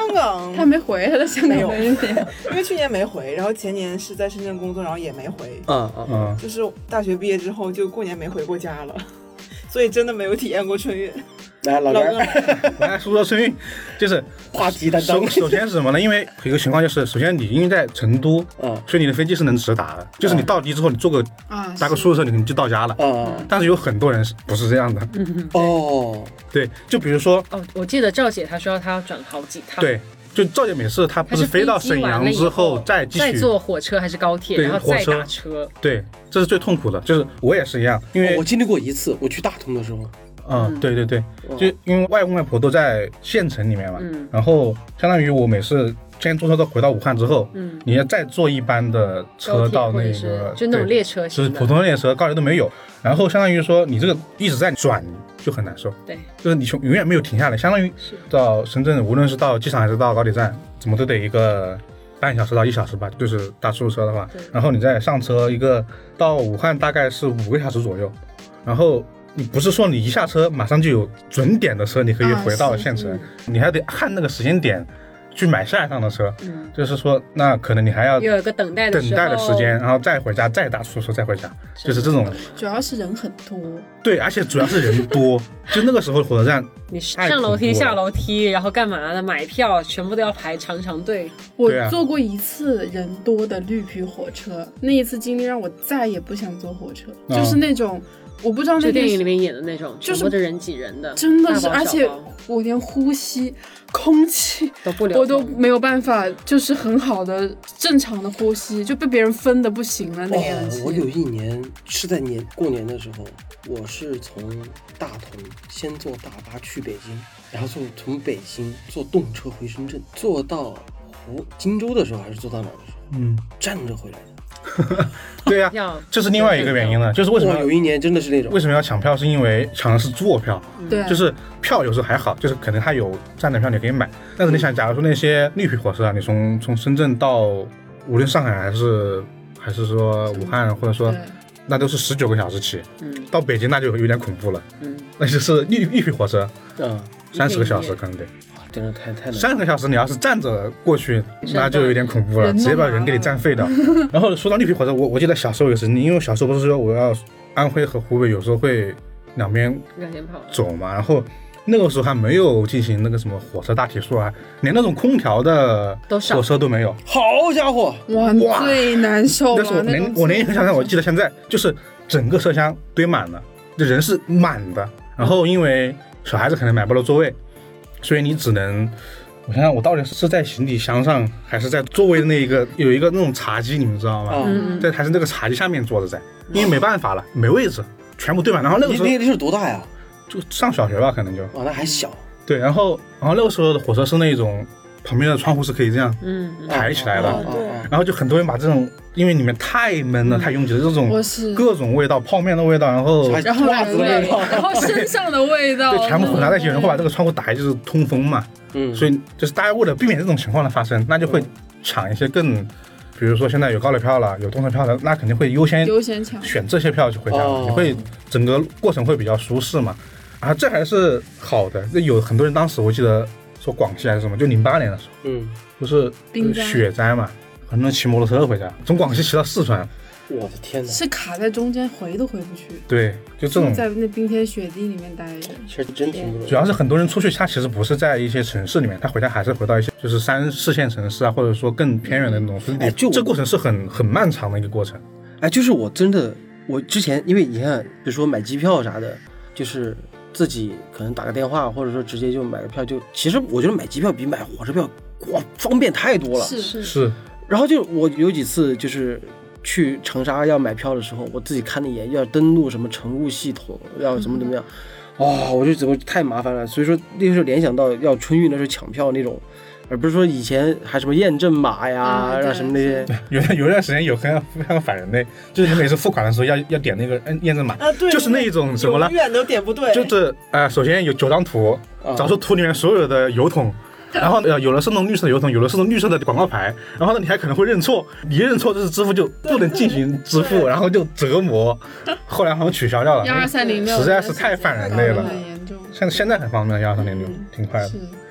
港他没回，他在香港没人点， 因为去年没回，然后前年是在深圳工作，然后也没回。就是大学毕业之后就过年没回过家了，所以真的没有体验过春运。 来，老哥， 我来说说春运，就是话题担当。 首先是什么呢？因为有一个情况就是，首先你因为在成都，所以你的飞机是能直达的，就是你到地之后，你坐个搭个出租车，你可能就到家了。但是有很多人不是这样的。对，就比如说， 我记得赵姐她说她要转好几趟。 对。就赵姐每次她不是飞到沈阳之后再继续再坐火车还是高铁，然后再打车。 对，这是最痛苦的。就是我也是一样，因为我经历过一次，我去大同的时候。 对对对，就因为外公外婆都在县城里面嘛，然后相当于我每次先坐车都回到武汉之后，你要再坐一班的车到那个就那种列车， 就是普通的列车，高铁都没有，然后相当于说你这个一直在转就很难受， 对， 就是你永远没有停下来，相当于到深圳，无论是到机场还是到高铁站，怎么都得一个半小时到1小时吧，就是搭出租车的话，然后你再上车一个到武汉大概是5个小时左右，然后你不是说你一下车马上就有准点的车你可以回到县城，你还得看那个时间点去买下一趟的车，就是说那可能你还要有一个等待的时间，然后再回家再搭出租车再回家，就是这种。 主要是人很多。 对，而且主要是人多，就那个时候火车站你上楼梯下楼梯然后干嘛的，买票全部都要排长长队。 我坐过一次人多的绿皮火车，那一次经历让我再也不想坐火车，就是那种我不知道那电影里面演的那种， 就是全部的人挤人的， 真的是，而且我连呼吸空气都不流通， 我都没有办法，就是很好的正常的呼吸，就被别人分的不行了那样。 我有一年是在过年的时候，我是从大同先坐大巴去北京，然后从北京坐动车回深圳，坐到荆州的时候还是坐到哪儿的时候，站着回来的。 对呀，这是另外一个原因了，就是为什么有一年真的是那种为什么要抢票，是因为抢的是坐票， 对， 就是票有时候还好，就是可能它有站的票你可以买，但是你想，假如说那些绿皮火车啊，你从深圳到无论上海还是说武汉，或者说那都是19个小时起，到北京那就有点恐怖了，那就是绿皮火车，30个小时可能得。 真的太难 ，30个小时你要是站着过去，那就有点恐怖了，直接把人给你站废掉。然后说到绿皮火车，我记得小时候有事情，因为小时候不是说我要安徽和湖北有时候会两边走嘛，然后那个时候还没有进行那个什么火车大提速啊，连那种空调的火车都没有。 好家伙， 哇，最难受了。 那时候我连印象上，我记得现在就是整个车厢堆满了，这人是满的，然后因为小孩子可能买不到座位。所以你只能，我想想，我到底是在行李箱上，还是在座位的那一个有一个那种茶几，你们知道吗？在还是那个茶几下面坐着在，因为没办法了，没位置，全部堆满。然后那个时候你是多大呀？ 就上小学吧，可能就。 那还小。 对，然后那个时候的火车是那种旁边的窗户是可以这样抬起来的，然后就很多人把这种，因为里面太闷了，太拥挤了，这种各种味道，泡面的味道，然后袜子的味道，然后身上的味道， 对，全部混杂在一起，然后把这个窗户打开就是通风嘛，所以就是大家为了避免这种情况的发生，那就会抢一些更，比如说现在有高铁票了，有动车票了，那肯定会优先抢选这些票去回家，你会整个过程会比较舒适嘛，啊，这还是好的，有很多人当时我记得。说广西还是什么，就08年的时候，不是雪灾嘛，很多人骑摩托车回家，从广西骑到四川， 我的天哪， 是卡在中间回都回不去。 对，就这种在那冰天雪地里面待着， 其实真挺不容易。 主要是很多人出去，他其实不是在一些城市里面，他回家还是回到一些就是3、4线城市啊，或者说更偏远的那种，这过程是很漫长的一个过程。 就是我之前因为你看，比如说买机票啥的，就是自己可能打个电话，或者说直接就买个票，就其实我觉得买机票比买火车票方便太多了。 是。然后就我有几次就是去长沙要买票的时候，我自己看了一眼，要登录什么乘务系统，要怎么样，我就怎么太麻烦了。所以说那个时候联想到要春运的时候抢票那种。而不是说以前还什么验证码呀，让什么那些， 有段时间有非常反人类，就是你每次付款的时候要点那个验证码， 对， 就是那一种什么了， 永远都点不对， 就是首先有9张图，找出图里面所有的邮筒，然后有的是那种绿色的邮筒，有的是那种绿色的广告牌，然后呢你还可能会认错，你认错这是支付就不能进行支付，然后就折磨，后来好像取消掉了， 12306 实在是太反人类了，现在很方便，12306挺快的。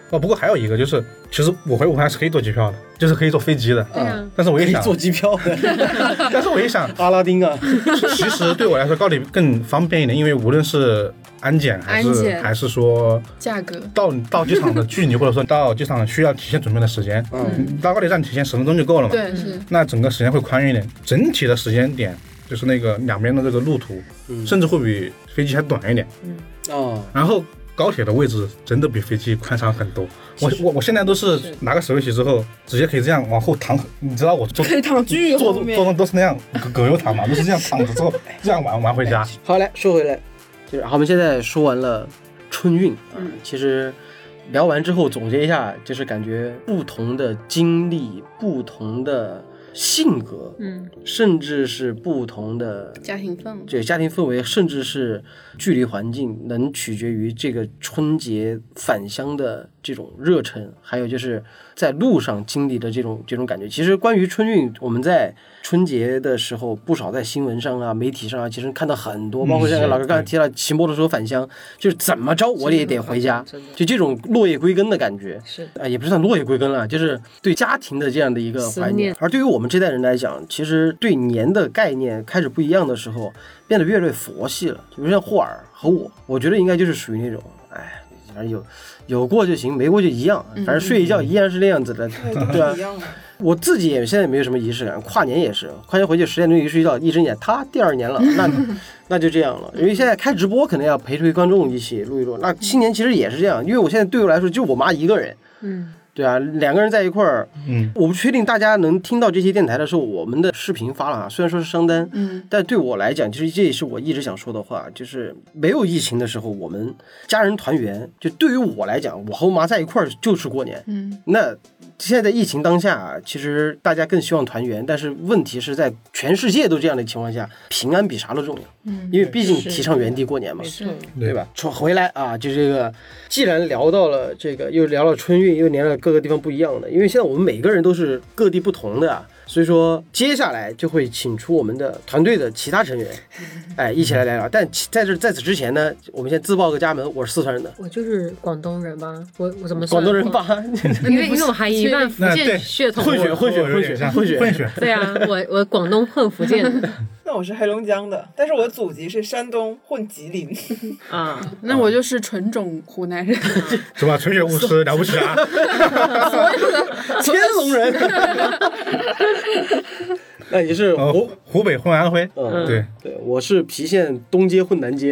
不过还有一个就是，其实我回武汉是可以坐机票的，就是可以坐飞机的。但是我一想坐机票的， 但是我一想， 阿拉丁啊， 其实对我来说高铁更方便一点，因为无论是安检还是说价格到机场的距离，或者说到机场需要提前准备的时间，到高铁站提前10分钟就够了嘛。 对，是。 那整个时间会宽裕一点，整体的时间点就是那个两边的这个路途，甚至会比飞机还短一点。然后高铁的位置真的比飞机宽敞很多。我现在都是拿个手机之后，直接可以这样往后躺。你知道我可以躺巨后面， 坐都是那样葛优躺嘛，都是这样躺着之后这样玩回家。 好，来说回来，就是我们现在说完了春运其实聊完之后总结一下，就是感觉不同的经历、不同的性格，甚至是不同的家庭氛围， 对，家庭氛围，甚至是距离环境，能取决于这个春节返乡的这种热忱，还有就是在路上经历的这种感觉。其实关于春运，我们在春节的时候不少在新闻上啊、媒体上啊，其实看到很多，包括像老哥刚才提到骑摩托车返乡，就是怎么着我也得回家，就这种落叶归根的感觉。 是也不是算落叶归根了，就是对家庭的这样的一个怀念。而对于我们这代人来讲，其实对年的概念开始不一样的时候，变得越来越佛系了。就比如像霍尔和我觉得应该就是属于那种，反正有过就行，没过就一样，反正睡一觉依然是那样子的，对吧？我自己也现在没有什么仪式感，跨年也是，跨年回去10点钟一睡觉，一睁眼，第2年了，那就这样了。因为现在开直播可能要陪观众一起录一录，那新年其实也是这样，因为我现在对我来说就我妈一个人，对啊，2个人在一块儿，我不确定大家能听到这些电台的时候，我们的视频发了虽然说是商单，但对我来讲，其实这也是我一直想说的话，就是没有疫情的时候，我们家人团圆，就对于我来讲，我和我妈在一块儿就是过年，那现在疫情当下，其实大家更希望团圆，但是问题是在全世界都这样的情况下，平安比啥都重要，因为毕竟提倡原地过年嘛，对吧？说回来啊，就这个，既然聊到了这个，又聊了春运，又聊了各个地方不一样的，因为现在我们每个人都是各地不同的所以说接下来就会请出我们的团队的其他成员，一起来聊聊。但在此之前呢，我们先自报个家门，我是四川人的， 我就是广东人吧，我怎么广东人吧？ 因为我还一半福建血统， 混血， 对啊，我广东混福建。 那我是黑龙江的，但是我祖籍是山东混吉林啊。那我就是纯种湖南人， 什么纯血巫师了不起啊？ 所有的天龙人。那你是湖北混安徽，对， 我是郫县东街混南街。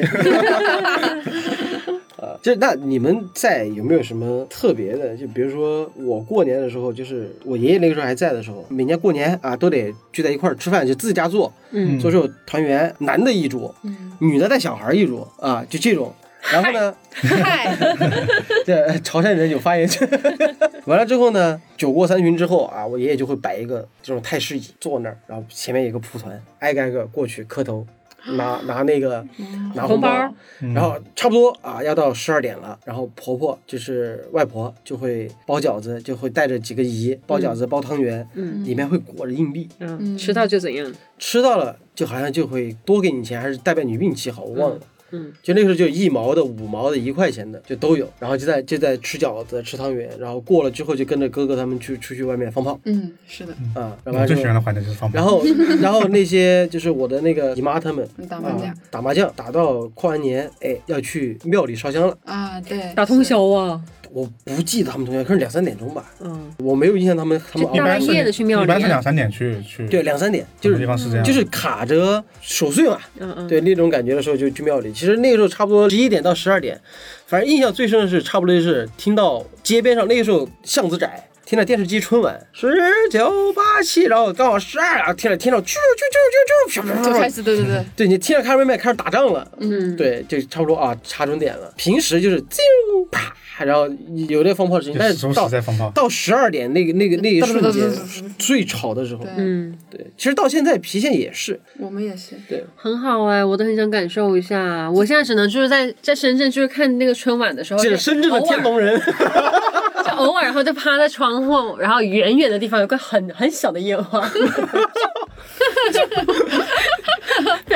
那你们在有没有什么特别的？就比如说我过年的时候，就是我爷爷那个时候还在的时候，每年过年都得聚在一块儿吃饭，就自己家做，所以说团圆，男的一桌，女的带小孩一桌就这种。然后呢，对，潮汕人有发言权。完了之后呢，酒过3巡之后我爷爷就会摆一个这种太师椅坐那儿，然后前面有个蒲团，挨个过去磕头。拿红包，然后差不多要到12点了，然后婆婆就是外婆就会包饺子，就会带着几个姨包饺子包汤圆，里面会裹着硬币， 吃到就怎样， 吃到了就好像就会多给你钱，还是代表你运气好，我忘了。就那个时候就1毛的、5毛的、1块钱的就都有，然后就在吃饺子、吃汤圆，然后过了之后就跟着哥哥他们出去外面放炮。 是的。 然后我最喜欢的环节就是放炮。 然后那些就是我的那个姨妈他们打麻将， 打到过完年，要去庙里烧香了对， 打通宵啊。 我不记得他们同学，可是2、3点钟吧。我没有印象他们大夜的去庙里， 一般是2、3点去。 对，2、3点就是地方是这样， 就是卡着守岁嘛。对，那种感觉的时候就去庙里。其实那个时候差不多11点到12点，反正印象最深的是差不多就是听到街边上那个时候巷子窄。听了电视机春晚19、8、7，然后刚好12，然后听到啾， 就开始对， 你听了开始外面开始打仗了，对，就差不多插准点了。平时就是啾啪，然后有那放炮的声音，但是到12点那一瞬间最吵的时候，对，其实到现在郫县也是， 我们也是， 对， 很好我都很想感受一下。我现在只能就是在深圳，就是看那个春晚的时候， 这是深圳的天龙人。 就偶尔，然后就趴在窗户，然后远远的地方有个很小的烟花，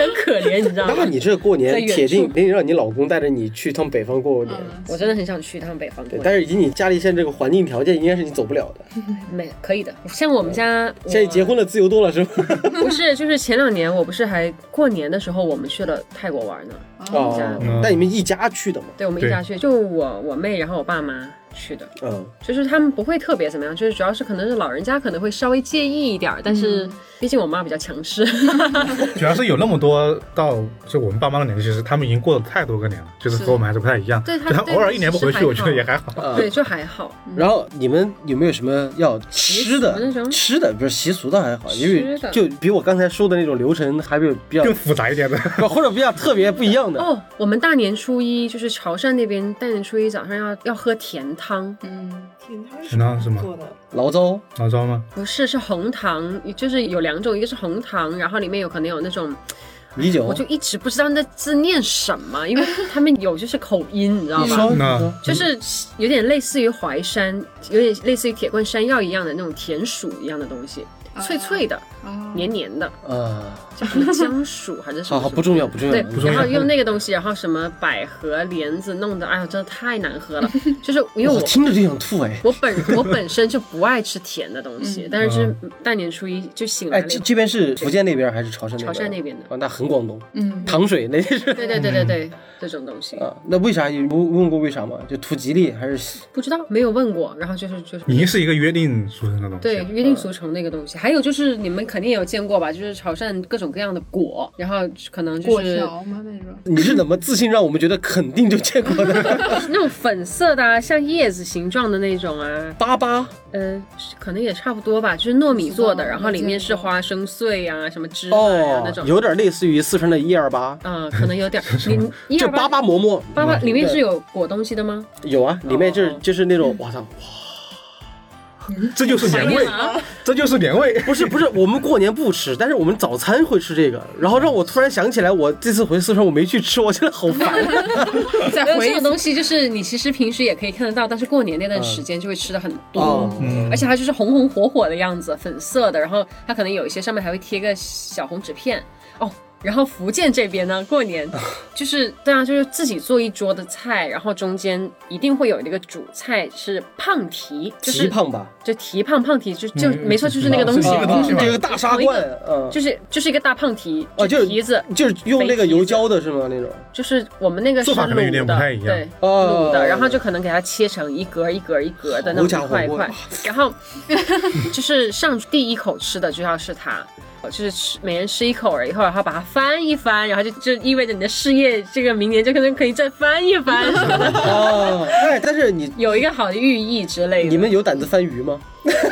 很可怜，你知道吗？ 那你这过年铁定在得让你老公带着你去一趟北方过年。 我真的很想去一趟北方过对， 年。 但是以你家里现在这个环境条件，应该是你走不了的。 没可以的，像我们家现在结婚了自由多了是吧？ 不是，就是前2年我不是还过年的时候我们去了泰国玩呢。 那你们一家去的吗？ 对，我们一家去，就我妹，然后我爸妈去的。就是他们不会特别怎么样，就是主要是可能是老人家可能会稍微介意一点，但是毕竟我妈比较强势。 主要是有那么多就我们爸妈的年纪，其实他们已经过了太多个年了，就是和我们还是不太一样。 对， 他偶尔1年不回去，我觉得也还好。 对，就还好。 然后你们有没有什么要吃的？吃的不是习俗倒还好，因为就比我刚才说的那种流程还比较更复杂一点的， 或者比较特别不一样的。 我们大年初一就是潮汕那边大年初一早上要喝甜汤。 甜汤是吗？ 醪糟吗？ 不是，是红糖，就是有2种，一个是红糖，然后里面有可能有那种米酒， 我就一直不知道那字念什么，因为他们有就是口音，你知道吗？就是有点类似于淮山，有点类似于铁棍山药一样的那种甜薯一样的东西，脆脆的，黏黏的，叫什么姜薯还是什么？ 不重要。 对，然后用那个东西，然后什么百合、莲子弄的，哎呀，真的太难喝了。就是因为我听着就想吐哎。 我本身就不爱吃甜的东西，但是大年初一就醒来了。 这边是福建那边还是潮汕那边？ 潮汕那边的。 那很广东。糖水那是。 对，这种东西。 那为啥有问过为啥吗？就图吉利还是？ 不知道，没有问过。然后就是已经是一个约定俗成的东西。 对，约定俗成那个东西。还有就是你们肯定也有见过吧？就是潮汕各种各样的果，然后可能就是果条吗那种？ 你是怎么自信让我们觉得肯定就见过的？ 那种粉色的像叶子形状的那种啊， 粑， 可能也差不多吧，就是糯米做的，然后里面是花生碎啊、什么芝麻啊那种， 有点类似于四川的128。 可能有点。你就粑馍， 粑里面是有果东西的吗？ 有啊，里面就是那种哇。 这就是年味，这就是年味。 不是，我们过年不吃，但是我们早餐会吃这个。然后让我突然想起来，我这次回四川我没去吃，我现在好烦。 这种东西就是你其实平时也可以看得到，但是过年那段时间就会吃的很多，而且它就是红红火火的样子，粉色的，然后它可能有一些上面还会贴个小红纸片。然后福建这边呢，过年就是就是自己做一桌的菜，然后中间一定会有一个主菜是胖蹄，就是蹄胖吧， 就蹄胖蹄就没错，就是那个东西， 这个大砂罐， 就是一个大胖蹄， 就是蹄子， 就是用那个油浇的是吗？那种就是我们那个是卤的，对，卤的，然后就可能给它切成一格一格的那种一块一块，然后就是上第一口吃的就要是它。就是每人吃一口而已，然后把它翻一翻，然后就意味着你的事业这个明年就可能可以再翻一翻什么的。 但是你有一个好的寓意之类的。 你们有胆子翻鱼吗？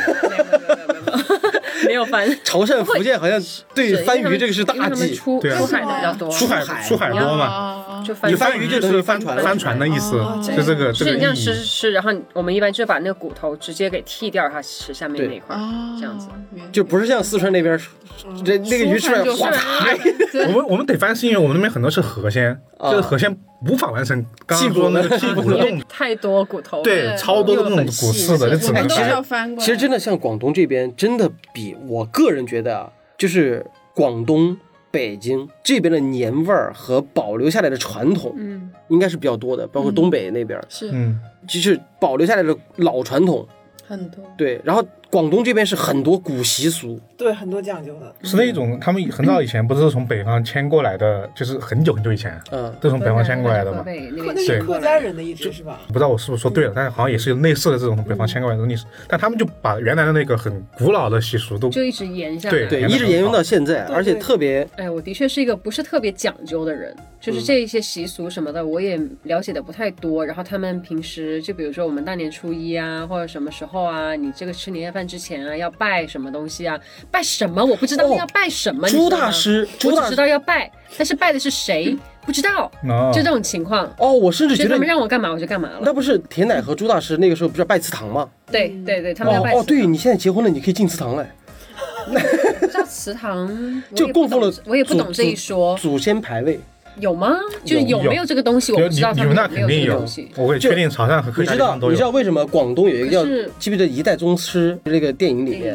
没有翻。 潮汕、福建好像对翻鱼这个是大忌， 出海的比较多， 出海多嘛。 你翻鱼就是翻船的意思，就这个。 就是你这样吃，然后我们一般就把那个骨头直接给剔掉，它吃下面那一块，这样子。 就不是像四川那边。那个鱼出来哗嚓， 我们得翻是因为我们那边很多是河鲜，就是河鲜无法完成刚刚说那个屁股的动作， 太多骨头， 对，超多的那种骨刺的，就只能其实真的像广东这边，真的比我个人觉得啊，就是广东、北京这边的年味儿和保留下来的传统，应该是比较多的，包括东北那边是， 就是保留下来的老传统很多， 对，然后。广东这边是很多古习俗， 对，很多讲究的， 是那种他们很早以前不是从北方迁过来的，就是很久以前，都从北方迁过来的嘛。 那是客家人的意思是吧？ 不知道我是不是说对了，但是好像也是有类似的这种从北方迁过来的历史，但他们就把原来的那个很古老的习俗都就一直沿下来， 对，一直沿用到现在，而且特别， 我的确是一个不是特别讲究的人，就是这一些习俗什么的我也了解的不太多，然后他们平时就比如说我们大年初一啊，或者什么时候啊，你这个吃年夜饭之前啊要拜什么东西啊？拜什么我不知道，要拜什么？ 朱大师， 我只知道要拜，但是拜的是谁不知道，就这种情况。 我甚至觉得他们让我干嘛我就干嘛了。 那不是田奶和朱大师那个时候不是要拜祠堂吗？ 对，他们要拜祠堂。 对，你现在结婚了，你可以进祠堂了。 不知道祠堂就供奉了， 我也不懂这一说。 祖先牌位。 有吗？就是有没有这个东西？我不知道。 你们那肯定有，我会确定潮汕和客家地方都有。 你知道为什么广东有一个叫记不记得《一代宗师》这个电影里面，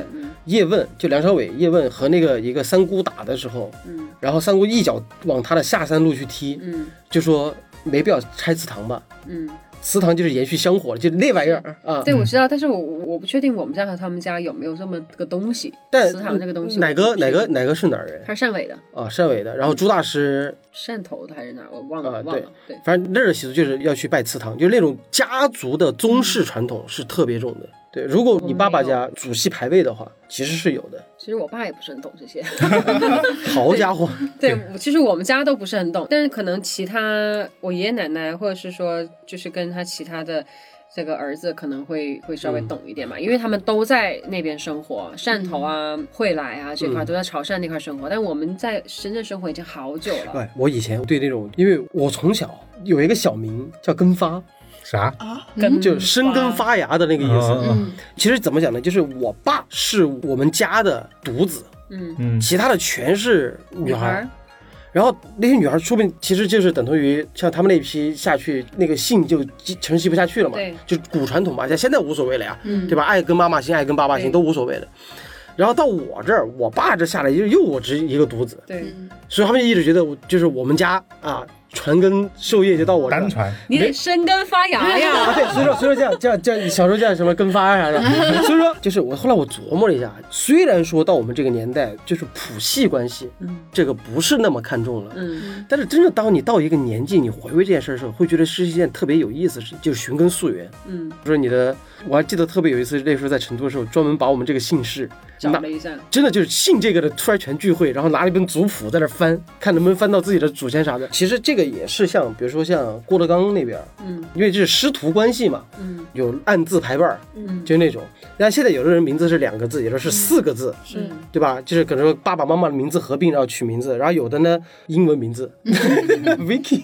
叶问就梁朝伟叶问和那个一个三姑打的时候，然后三姑一脚往他的下三路去踢，就说没必要拆祠堂吧，祠堂就是延续香火，就那玩意儿啊。 对，我知道，但是我不确定我们家和他们家有没有这么个东西。 但祠堂这个东西， 哪个是哪儿人？ 他是汕尾的啊，汕尾的。然后朱大师汕头的还是哪儿？我忘了。对， 反正那儿的习俗就是要去拜祠堂，就是那种家族的宗室传统是特别重的。对，如果你爸爸家祖系牌位的话，其实是有的。 其实我爸也不是很懂这些。 好家伙！ 对，其实我们家都不是很懂，但是可能其他我爷爷奶奶或者是说就是跟他其他的这个儿子可能会稍微懂一点吧，因为他们都在那边生活，汕头啊、惠来啊这块都在潮汕那块生活，但我们在深圳生活已经好久了。 对，我以前对那种，因为我从小有一个小名叫根发。 啥啊？就生根发芽的那个意思。其实怎么讲呢？就是我爸是我们家的独子，其他的全是女孩。然后那些女孩说不定其实就是等同于像他们那批下去，那个姓就承袭不下去了嘛。 对， 就古传统嘛，现在无所谓了呀，对吧？爱跟妈妈姓，爱跟爸爸姓都无所谓了。然后到我这儿，我爸这下来又我只一个独子， 对， 所以他们就一直觉得就是我们家啊。传根授业就到我这单传， 你得生根发芽呀。 对，所以说这样小时候叫什么根发啥的。所以说就是后来我琢磨了一下，虽然说到我们这个年代，就是谱系关系，这个不是那么看重了，但是真的当你到一个年纪，你回味这件事的时候，会觉得是一件特别有意思的事，就是寻根溯源。说你的，我还记得特别有一次，那时候在成都的时候，专门把我们这个姓氏找了一下， 真的就是姓这个的突然全聚会，然后拿了一本族谱在那翻，看能不能翻到自己的祖先啥的。其实这个也是像比如说像郭德纲那边，因为这是师徒关系嘛，有按字排辈，就是那种。但现在有的人名字是2个字，有的是4个字，对吧？就是可能爸爸妈妈的名字合并然后取名字，然后有的呢英文名字，Vicky，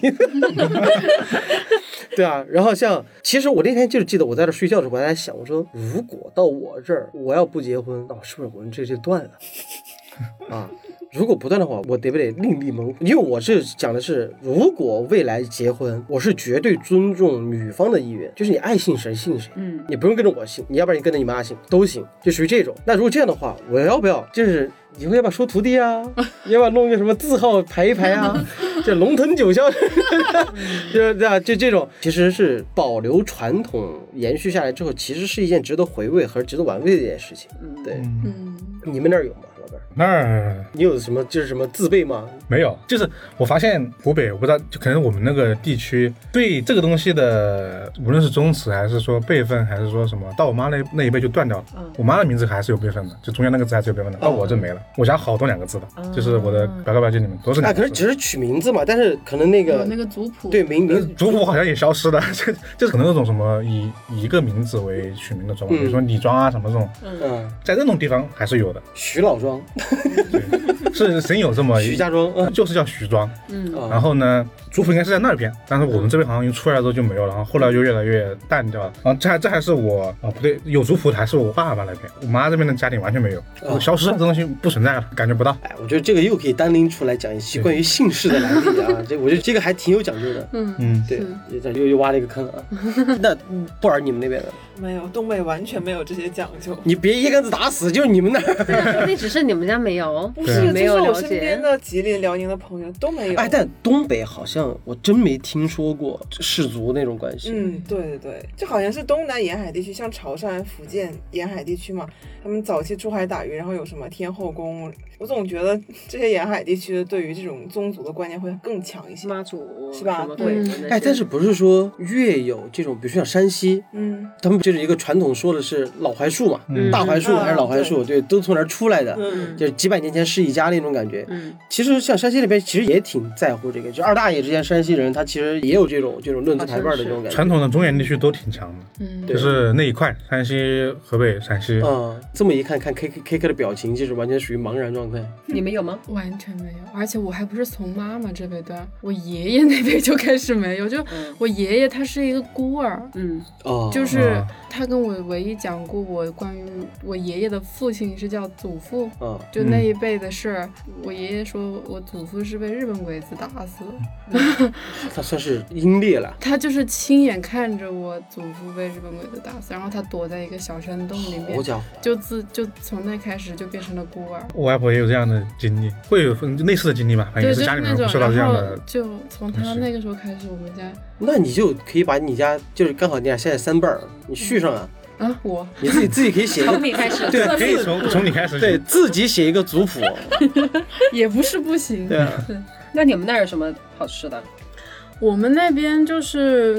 对啊。然后像其实我那天就是记得我在这睡觉的时候，我还在想，我说如果到我这儿我要不结婚，那是不是我们这就断了啊？如果不断的话，我得不得另立门户？因为我是讲的是，如果未来结婚，我是绝对尊重女方的意愿，就是你爱姓谁姓谁，你不用跟着我姓，你要不然你跟着你妈姓都行，就属于这种。那如果这样的话，我要不要就是以后要不要收徒弟啊？要不要弄个什么字号排一排啊？这龙腾九霄，就这种，其实是保留传统延续下来之后，其实是一件值得回味和值得玩味的一件事情。对，你们那儿有吗？ 那儿你有什么就是什么自备吗？ 没有，就是我发现湖北，我不知道，就可能我们那个地区对这个东西的，无论是宗祠还是说辈分，还是说什么，到我妈那一辈就断掉了。我妈的名字还是有辈分的，就中间那个字还是有辈分的，到我这没了。我家好多2个字的，就是我的表哥表姐里面都是2个字。 可是只是取名字嘛，但是可能那个族谱， 对名族谱好像也消失了，就可能那种什么以一个名字为取名的庄，比如说李庄啊什么这种，在这种地方还是有的。 徐老庄。 是真有这么徐家庄， 就是叫徐庄。然后呢，族谱应该是在那边，但是我们这边好像出来之后就没有了，然后后来就越来越淡掉了。然后这还是我不对，有族谱的还是我爸爸那边，我妈这边的家庭完全没有，消失了，这东西不存在了，感觉不到。 我觉得这个又可以单拎出来讲一期关于姓氏的来历啊，我觉得这个还挺有讲究的。对，又挖了一个坑啊。那布尔你们那边的？ 没有，东北完全没有这些讲究。 你别一竿子打死，就是你们那儿。 那只是你们家没有， 不是， 没有了解。 就是我身边的吉林、辽宁的朋友都没有。 但东北好像我真没听说过氏族那种关系。 对，就好像是东南沿海地区，像潮汕、福建沿海地区嘛，他们早期出海打鱼，然后有什么天后宫。我总觉得这些沿海地区对于这种宗族的观念会更强一些， 妈祖是吧？ 对。 但是不是说越有这种，比如说像山西，他们就是一个传统说的是老槐树嘛，大槐树还是老槐树，对，都从那儿出来的，就是几百年前是一家那种感觉。其实像山西那边其实也挺在乎这个，就二大爷之间山西人他其实也有这种论资排辈的这种感觉。 传统的中原地区都挺强的，就是那一块山西、河北、陕西。 这么一看 K 的表情，就是完全属于茫然状态。 你们有吗？ 完全没有，而且我还不是从妈妈这辈段，我爷爷那辈就开始没有。就我爷爷他是一个孤儿，就是他跟我唯一讲过我关于我爷爷的父亲是叫祖父，就那一辈的事儿。我爷爷说我祖父是被日本鬼子打死的， 他算是英烈了。 他就是亲眼看着我祖父被日本鬼子打死，然后他躲在一个小山洞里面， 好家伙， 就从那开始就变成了孤儿。 我外婆也有这样的经历，会有类似的经历吧？反正也是家里面会受到这样的。 就从他那个时候开始，我们家。 那你就可以把你家就是刚好你俩现在3辈儿，你续上啊。 我你自己可以写一个， 从你开始， 对， 可以从你开始， 对自己写一个族谱， 也不是不行。 对啊， 那你们那儿有什么好吃的？ 我们那边就是，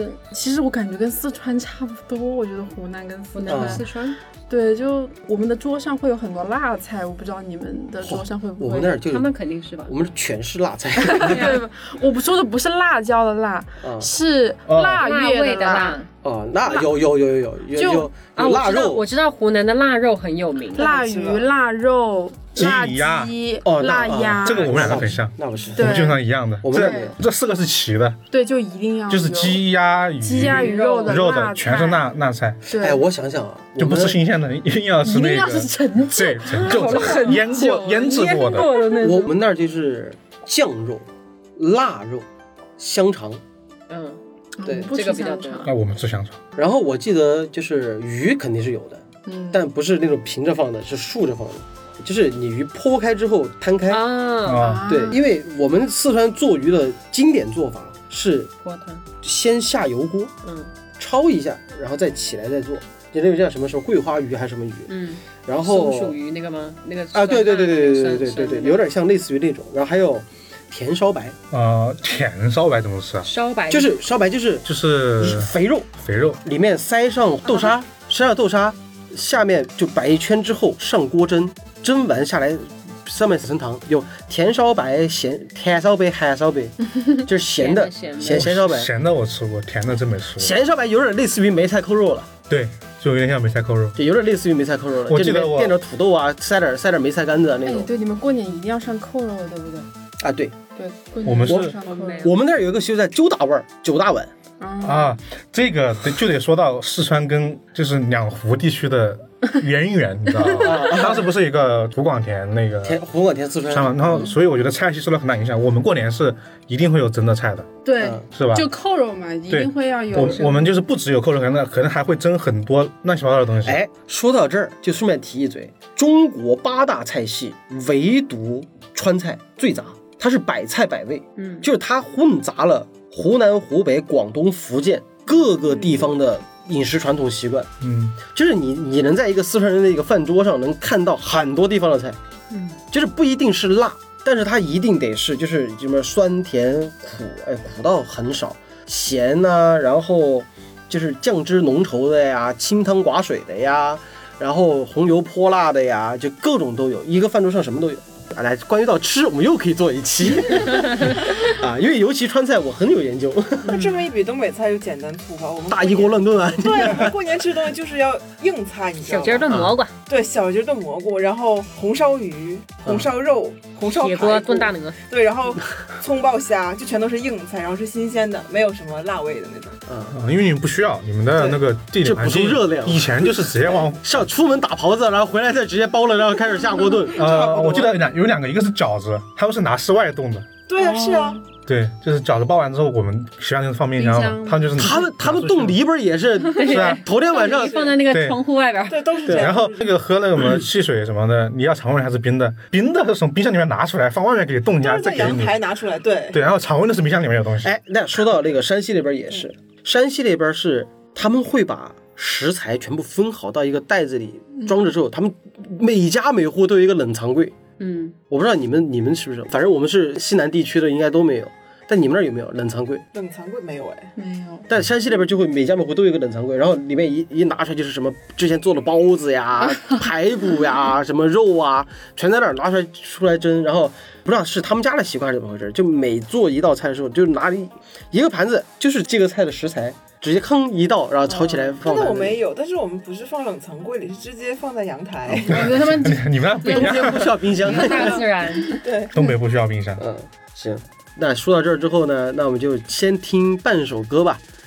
其实我感觉跟四川差不多。我觉得湖南跟四川，对，就我们的桌上会有很多辣菜，我不知道你们的桌上会不会？ 我们那儿就他们肯定是吧？ 我们全是辣菜。 对，我不说的不是辣椒的辣，是腊月的辣。 那有腊肉， 我知道湖南的腊肉很有名， 腊鱼、腊肉。辣鸡、腊鸭， 这个我们两个很像， 那不是， 我们基本上一样的。 我们这4个是齐的， 对，就一定要就是鸡鸭鱼肉的全是辣菜。 哎，我想想啊， 就不吃新鲜的，一定要吃那个， 陈对，陈旧腌制过的。 我们那儿就是酱肉、腊肉、香肠，对， 这个比较多。 那我们吃香肠。 然后我记得就是鱼肯定是有的，但不是那种平着放的，是竖着放的。就是你鱼剖开之后摊开对，因为我们四川做鱼的经典做法是先下油锅，焯一下，然后再起来再做，就那个叫什么桂花鱼还是什么鱼，然后松鼠鱼那个吗？那个对，有点像类似于那种。然后还有甜烧白， 甜烧白怎么吃啊？ 烧白就是肥肉里面塞上豆沙，下面就摆一圈之后上锅蒸完下来，上面是层糖，有甜烧白、甜烧白、咸烧白，就是咸的咸烧白。 咸的我吃过，甜的真没吃过。 咸烧白有点类似于梅菜扣肉了， 对，就有点像梅菜扣肉， 就有点类似于梅菜扣肉了。 我记得垫点土豆啊，塞点梅菜干子啊那种。 对，你们过年一定要上扣肉，对不对？ 啊，对， 我们是， 我们那儿有一个就在9大碗。 这个就得说到四川跟就是两湖地区的渊源，你知道吗？当时不是有一个湖广填那个湖广填四川， 然后所以我觉得菜系受到很大影响。我们过年是一定会有蒸的菜的， 对， 是吧？ 就扣肉嘛，一定会要有。 我们就是不只有扣肉，可能还会蒸很多乱七八糟的东西。 哎，说到这儿就顺便提一嘴，中国8大菜系唯独川菜最杂，它是百菜百味，就是它混杂了湖南、湖北、广东、福建各个地方的饮食传统习惯，就是你能在一个四川人的一个饭桌上能看到很多地方的菜，就是不一定是辣，但是它一定得是就是什么酸甜苦，苦倒很少，咸呐，然后就是酱汁浓稠的呀，清汤寡水的呀，然后红油泼辣的呀，就各种都有，一个饭桌上什么都有。来，关于到吃，我们又可以做一期因为尤其川菜我很有研究。 那这么一比，东北菜就简单粗暴，我们大一锅乱炖啊。 对，过年吃的东西就是要硬菜，你知道吗？ 小鸡炖蘑菇， 对，小鸡炖蘑菇，然后红烧鱼、红烧肉、红烧铁锅炖大鹅， 对，然后葱爆虾，就全都是硬菜，然后是新鲜的，没有什么辣味的那种。 因为你们不需要，你们的那个地理环境， 热量， 以前就是直接往上出门打狍子，然后回来再直接包了，然后开始下锅炖。 我记得有两个，一个是饺子，他们是拿室外冻的。 对啊，是啊。 对，就是饺子包完之后，我们其他人放冰箱，他们就是他们冻梨边也是，是啊，头天晚上放在那个窗户外边， 对，都是这样。 然后那个喝那个什么汽水什么的，你要常温还是冰的？冰的是从冰箱里面拿出来，放外面给你冻一下，再给你。 阳台拿出来，对。 对，然后常温的是冰箱里面有东西。 哎，那说到那个山西那边也是，山西那边是他们会把食材全部分好到一个袋子里装着之后，他们每家每户都有一个冷藏柜。我不知道你们是不是，反正我们是西南地区的应该都没有，但你们那儿有没有冷藏柜？ 冷藏柜没有没有。 但山西那边就会每家每户都有一个冷藏柜，然后里面一拿出来就是什么之前做的包子呀、排骨呀、什么肉啊，全在那儿拿出来蒸。然后不知道是他们家的习惯是怎么回事，就每做一道菜的时候，就拿一个盘子，就是这个菜的食材。直接坑一道，然后炒起来放。 那我没有，但是我们不是放冷藏柜里，是直接放在阳台。 我觉得他们你们不一样， 不需要冰箱， 大自然。 对， 东北不需要冰箱。 行。那说到这儿之后呢，那我们就先听半首歌吧。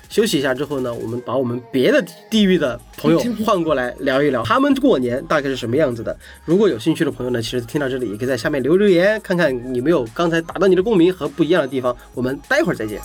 休息一下之后呢，我们把我们别的地域的朋友换过来聊一聊，他们过年大概是什么样子的。如果有兴趣的朋友呢，其实听到这里也可以在下面留言，看看有没有刚才打到你的共鸣和不一样的地方。我们待会儿再见。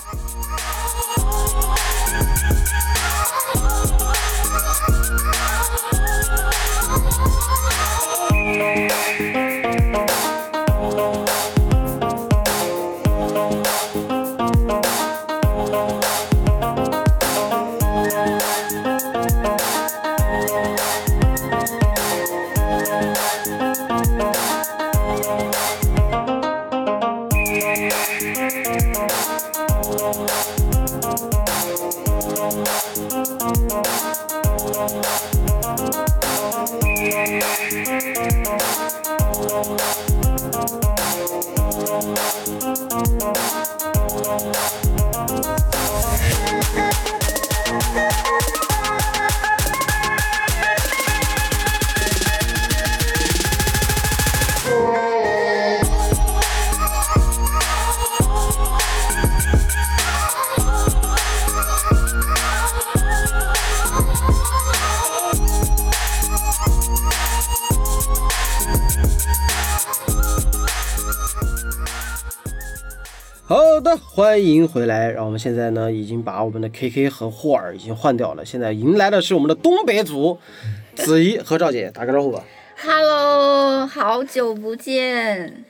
好的，欢迎回来。然后我们现在呢，已经把我们的 KK 和霍尔已经换掉了，现在迎来的是我们的东北组，子怡和赵姐，打个招呼吧。 Hello， 好久不见。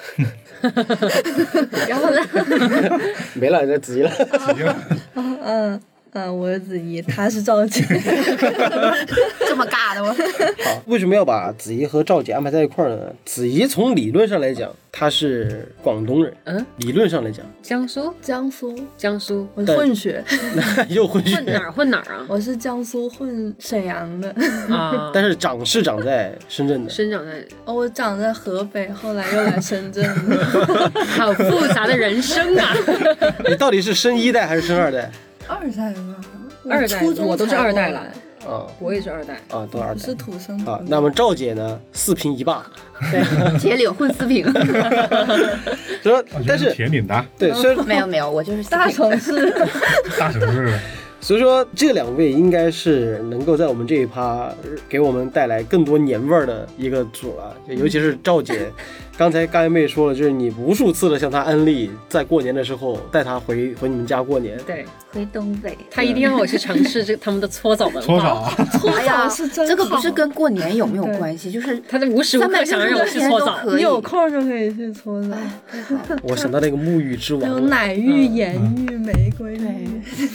然后呢？ 没了，这子怡了。 我是子怡，她是赵姐。 这么尬的吗？ 好，为什么要把子怡和赵姐安排在一块儿呢？子怡从理论上来讲，她是广东人，理论上来讲， 江苏， 我是混血， 又混血， 混哪儿啊？ 我是江苏混沈阳的啊， 但是长在深圳的， 我长在河北，后来又来深圳好复杂的人生啊！ 你到底是生一代还是生二代？ 二代吧， 二代，我都是二代了。我也是二代啊，都是二代。 我是土生啊。那么赵姐呢？四平一霸， 对，铁岭混四平。 说，但是铁岭的， 对，虽然没有，我就是大城市， 大城市。 所以说，这两位应该是能够在我们这一趴给我们带来更多年味儿的一个组了，尤其是赵姐。刚才甘妹说了，就是你无数次的向她安利，在过年的时候带她回你们家过年。 对， 回东北， 她一定要我去尝试他们的搓澡文化。 搓澡， 哎呀，这个不是跟过年有没有关系，就是她在无时无刻想让我去搓澡， 你有空就可以去搓澡。 我想到那个沐浴之王， 有奶浴、盐浴、玫瑰浴，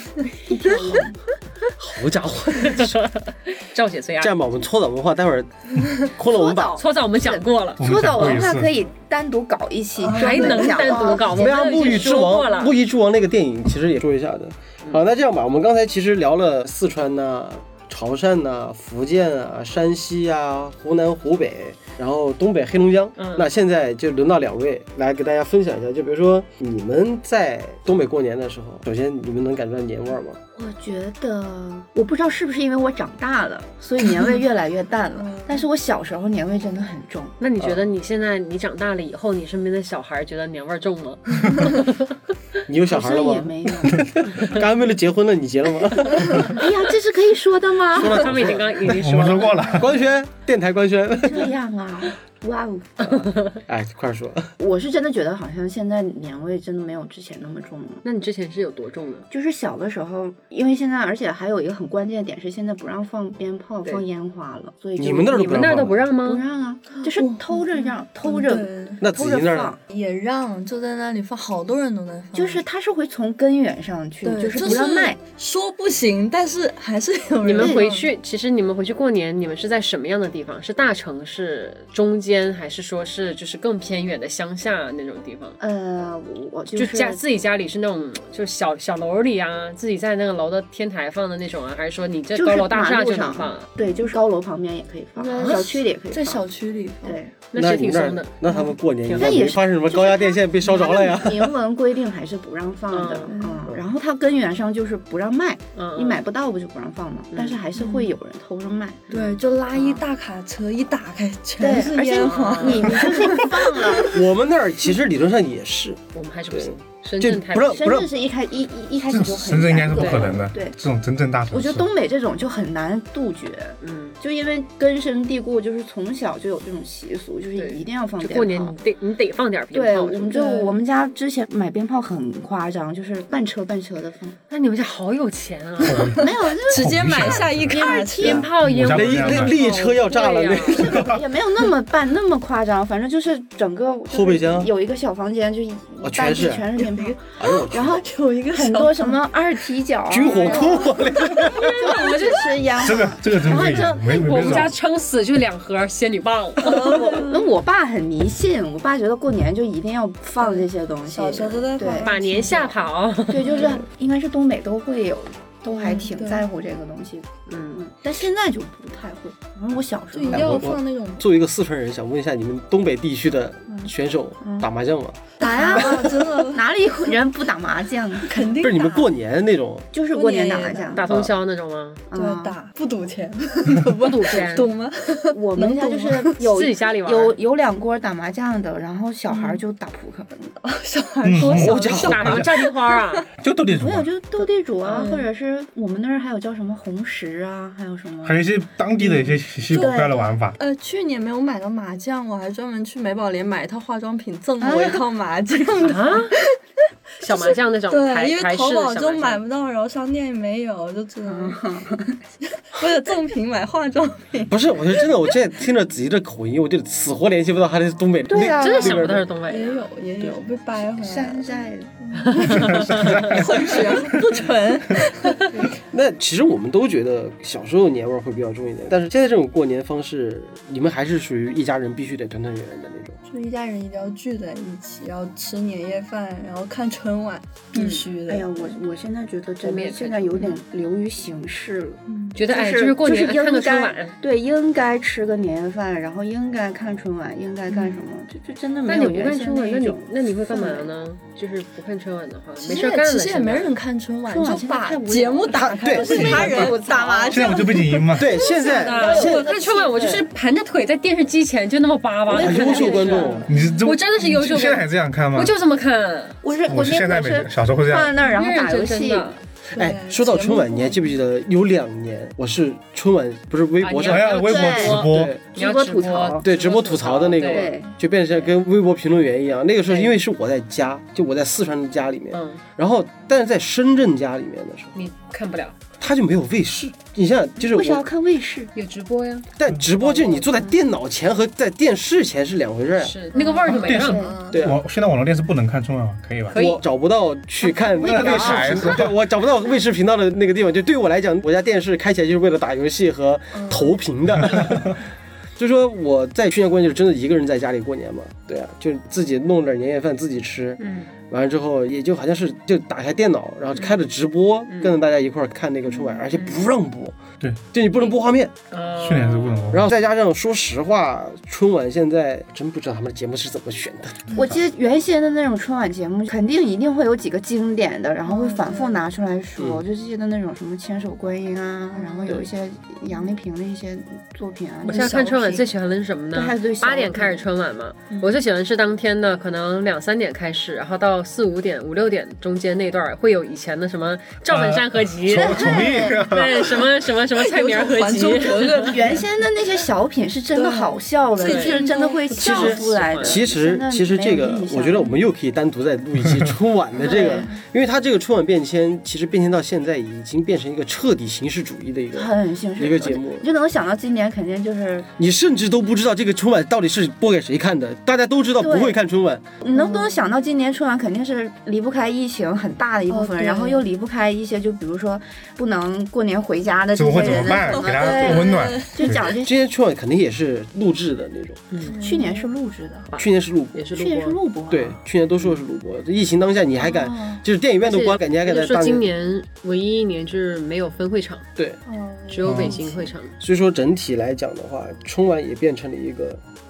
好家伙！ 赵姐最爱。 这样吧，我们搓澡文化待会儿空了，我们把搓澡我们讲过了， 搓澡文化可以单独搞一期， 还能单独搞？ 我们让沐浴之王那个电影其实也说一下的。好，那这样吧，我们刚才其实聊了四川呐、潮汕呐、福建啊、山西啊、湖南、湖北，然后东北、黑龙江。那现在就轮到两位来给大家分享一下，就比如说你们在东北过年的时候，首先你们能感觉到年味吗？ 我觉得，我不知道是不是因为我长大了，所以年味越来越淡了。但是我小时候年味真的很重。 那你觉得你现在你长大了以后，你身边的小孩觉得年味重吗？ 你有小孩了吗？ 也没有。 刚为了结婚了，你结了吗？ 哎呀，这是可以说的吗？ 说了，他们已经说了， 我们说过了。 官宣，电台官宣。 这样啊。哇哦！ 哎，快说！ 我是真的觉得好像现在年味真的没有之前那么重了。 那你之前是有多重呢？ 就是小的时候，因为现在，而且还有一个很关键的点是，现在不让放鞭炮、放烟花了，所以你们那儿都不让吗？ 不让啊，就是偷着让，偷着。 那自己那儿也让，就在那里放，好多人都在放。 就是它是会从根源上去，就是不让卖。 说不行，但是还是有人。 你们回去，其实你们回去过年，你们是在什么样的地方？是大城市、中间，还是说是就是更偏远的乡下那种地方？ 我就自己家里是那种就小楼里啊，自己在那个楼的天台放的那种啊，还是说你这高楼大厦就能放？ 对，就是高楼旁边也可以放，小区里也可以放， 在小区里放。 对， 那是挺松的。 那他们过年应该没发生什么高压电线被烧着了呀？ 明文规定还是不让放的然后它根源上就是不让卖，你买不到不就不让放吗？但是还是会有人偷着卖。 对，就拉一大卡车，一打开全是烟花。 你就是放了。 我们那儿其实理论上也是， 我们还是不行。深圳是一开始就很， 深圳应该是不可能的。 对， 这种真正大城市， 我觉得东北这种就很难杜绝。就因为根深蒂固，就是从小就有这种习俗，就是一定要放鞭炮。 过年你得放点鞭炮。 对，我们家之前买鞭炮很夸张，就是半车的放。 那你们家好有钱啊！ 没有， 直接买下一卡鞭炮， 列车要炸了， 也没有那么办那么夸张，反正就是整个后备箱有一个小房间，就全是鞭炮，然后有一个很多什么二踢脚、 军火库， 我就吃烟。 这个真不一样。 我们家撑死就2盒仙女棒。 那我爸很迷信，我爸觉得过年就一定要放这些东西。 小时候都在放， 把年吓跑。 对，就是应该是东北都会有。都还挺在乎这个东西，但现在就不太会。然后我小时候就一定要放那种。 作为一个四川人，想问一下你们东北地区的选手打麻将吗？ 打呀，真的，哪里人不打麻将？ 肯定不是你们过年那种， 就是过年打麻将， 打通宵那种吗？ 对，打不赌钱， 不赌钱， 赌吗？ 我们家就是有自己家里玩， 有2锅打麻将的，然后小孩就打扑克， 小孩多小， 打什么炸金花啊？ 就斗地主， 没有就斗地主啊，或者是我们那儿还有叫什么红石啊，还有什么， 还有一些当地的一些奇奇怪怪的玩法。 去年没有买到麻将，我还专门去美宝莲买一套化妆品赠我一套麻将啊。小麻将那种， 对，因为淘宝就买不到，然后商店也没有，就只能为了赠品买化妆品。 不是，我觉得真的，我现在听着子怡这口音，我就死活联系不到他是东北。 对啊， 真的想不到是东北。 也有被掰回来。 山寨的，混血不纯。 那其实我们都觉得小时候年味会比较重一点，但是现在这种过年方式，你们还是属于一家人必须得团团圆圆的那种。 就一家人一定要聚在一起，要吃年夜饭，然后看春晚，必须的。 哎呀，我现在觉得真的现在有点流于形式了， 觉得就是过年看个春晚， 对，应该吃个年夜饭，然后应该看春晚，应该干什么？就真的没有原先那种。 那你会干嘛呢？就是不看春晚的话，没事干了。 其实也没人看春晚，就把节目打开， 对， 其他人打麻将。 现在我就背景音嘛。 对，现在我看春晚，我就是盘着腿在电视机前，就那么巴巴。 优秀观众， 我真的是优秀。 现在还这样看吗？ 我就这么看。 我现在没，小时候会这样放在那儿，然后打游戏。 哎，说到春晚，你还记不记得有2年我是春晚不是微博上微博直播吐槽， 对，直播吐槽的那个，就变成跟微博评论员一样。那个时候因为是我在家，就我在四川的家里面，然后但是在深圳家里面的时候， 你看不了。 他就没有卫视，你想想，就是为啥要看卫视？ 有直播呀。 但直播就是你坐在电脑前和在电视前是2回事， 是那个味儿就没了。 对啊， 现在网络电视不能看春晚，可以吧？ 我找不到去看卫视，对，我找不到卫视频道的那个地方。就对我来讲，我家电视开起来就是为了打游戏和投屏的。就说我在去年过年就是真的一个人在家里过年嘛，对啊，就自己弄点年夜饭自己吃，完了之后也就好像是就打开电脑，然后开了直播，跟着大家一块看那个春晚，而且不让播， 对， 就你不能播画面， 去年是不能播。 然后再加上说实话，春晚现在真不知道他们的节目是怎么选的。 我记得原先的那种春晚节目，肯定一定会有几个经典的，然后会反复拿出来说。我就记得那种什么千手观音啊，然后有一些杨丽萍的一些作品啊。 我现在看春晚最喜欢的是什么呢？8点开始春晚嘛，我最喜欢是当天的可能2、3点开始，然后到4、5点、5、6点中间那段会有以前的什么赵本山合集，对，什么蔡明合集。 原先的那些小品是真的好笑的，就是真的会笑出来的。 其实这个，我觉得我们又可以单独再录一期春晚的这个，因为它这个春晚变迁，其实变迁到现在已经变成一个彻底形式主义的一个节目， 你就能想到今年肯定就是你甚至都不知道这个春晚到底是播给谁看的，大家都知道不会看春晚， 你都能想到今年春晚肯定是离不开疫情很大的一部分，然后又离不开一些就比如说不能过年回家的这些人， 怎么办？给他做温暖， 就讲这些。 今年春晚肯定也是录制的那种， 去年是录制的， 去年是录播， 去年是录播， 对，去年都说是录播。疫情当下你还敢，就是电影院都关，你还敢在说今年唯一1年就是没有分会场， 对， 只有北京会场。 所以说整体来讲的话，春晚也变成了一个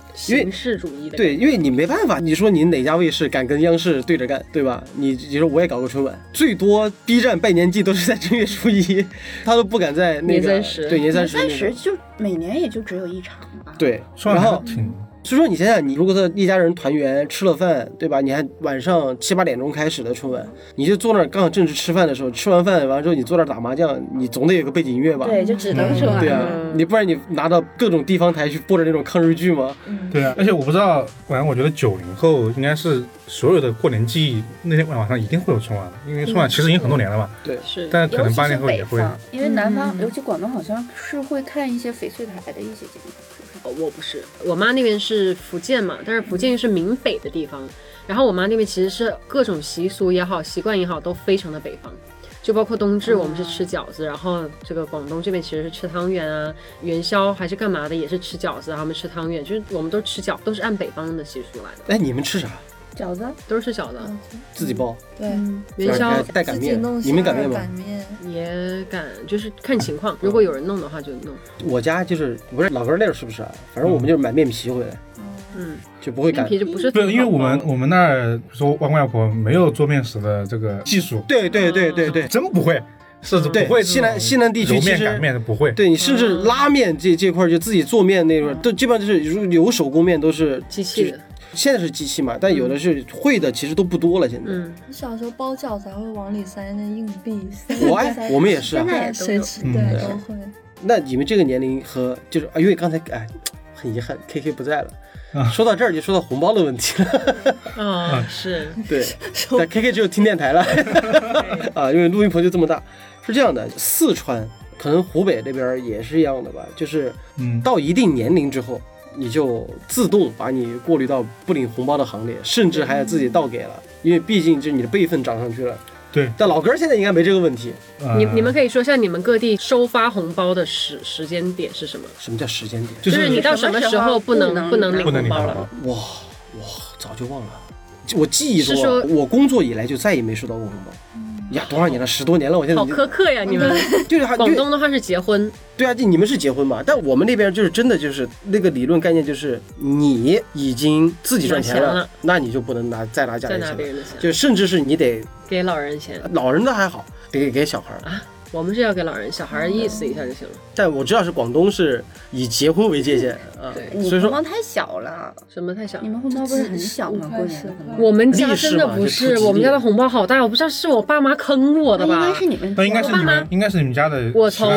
形式主义的。 对，因为你没办法，你说你哪家卫视敢跟央视对着干，对吧？你说我也搞个春晚，最多 B 站拜年季都是在正月初1，他都不敢在那个年30， 对年30 就每年也就只有一场吧。 对，然后所以说你想想，你如果他一家人团圆吃了饭，对吧？你还晚上7、8点钟开始的春晚，你就坐那儿刚好正式吃饭的时候，吃完饭完之后你坐那儿打麻将，你总得有个背景音乐吧？ 对，就只能春晚。 对啊，你不然你拿到各种地方台去播着那种抗日剧吗？ 对啊，而且我不知道，反正我觉得90后应该是所有的过年记忆那天晚上一定会有春晚的，因为春晚其实已经很多年了嘛。 对， 是， 但可能80后也会， 因为南方，尤其广东好像是会看一些翡翠台的一些节目。 我不是，我妈那边是福建嘛，但是福建又是闽北的地方，然后我妈那边其实是各种习俗也好，习惯也好，都非常的北方。就包括冬至我们是吃饺子，然后这个广东这边其实是吃汤圆啊，元宵还是干嘛的也是吃饺子，然后我们吃汤圆，就是我们都吃饺，都是按北方的习俗来的。 哎，你们吃啥？ 饺子都是吃饺子， 自己包。 对， 元宵带擀面，你们擀面吗？ 擀面也擀，就是看情况，如果有人弄的话就弄。 我家就是不是老根那儿是不是啊？反正我们就是买面皮回来，就不会擀。 面皮就不是不是，因为我们那儿说外婆没有做面食的这个技术。 对， 真不会。是不会， 西南地区其实擀面不会。 对，你甚至拉面这块就自己做面那块都基本上就是有手工面都是机器的。 现在是机器嘛，但有的是会的，其实都不多了。现在， 我小时候包饺子还会往里塞那硬币。 我们也是啊， 现在也谁吃对都会。 那你们这个年龄和就是因为刚才很遗憾 KK 不在了。说到这儿就说到红包的问题了。 是对，但 KK 只有听电台了啊，因为录音棚就这么大。是这样的，四川可能湖北这边也是一样的吧，就是到一定年龄之后，你就自动把你过滤到不领红包的行列，甚至还要自己倒给了，因为毕竟这你的辈分涨上去了。 对， 但老哥现在应该没这个问题。 你们可以说一下你们各地收发红包的时间点是什么？ 什么叫时间点？ 就是你到什么时候不能领红包了？ 哇，早就忘了。我记忆中我工作以来就再也没收到过红包。呀，多少年了？10多年了，我现在好苛刻呀！你们就是广东的话是结婚， 对啊，你们是结婚嘛？但我们那边就是真的就是那个理论概念，就是你已经自己赚钱了，那你就不能再拿家里钱了，就甚至是你得给老人钱， 老人的还好，得给小孩啊。我们是要给老人，小孩意思一下就行了。 但我知道是广东是以结婚为界限啊， 所以说红包太小了。 什么太小？ 你们红包不是很小吗？过年的红包。 我们家真的不是，我们家的红包好大，我不知道是我爸妈坑我的吧？ 应该是你们， 应该是你们家的。 我从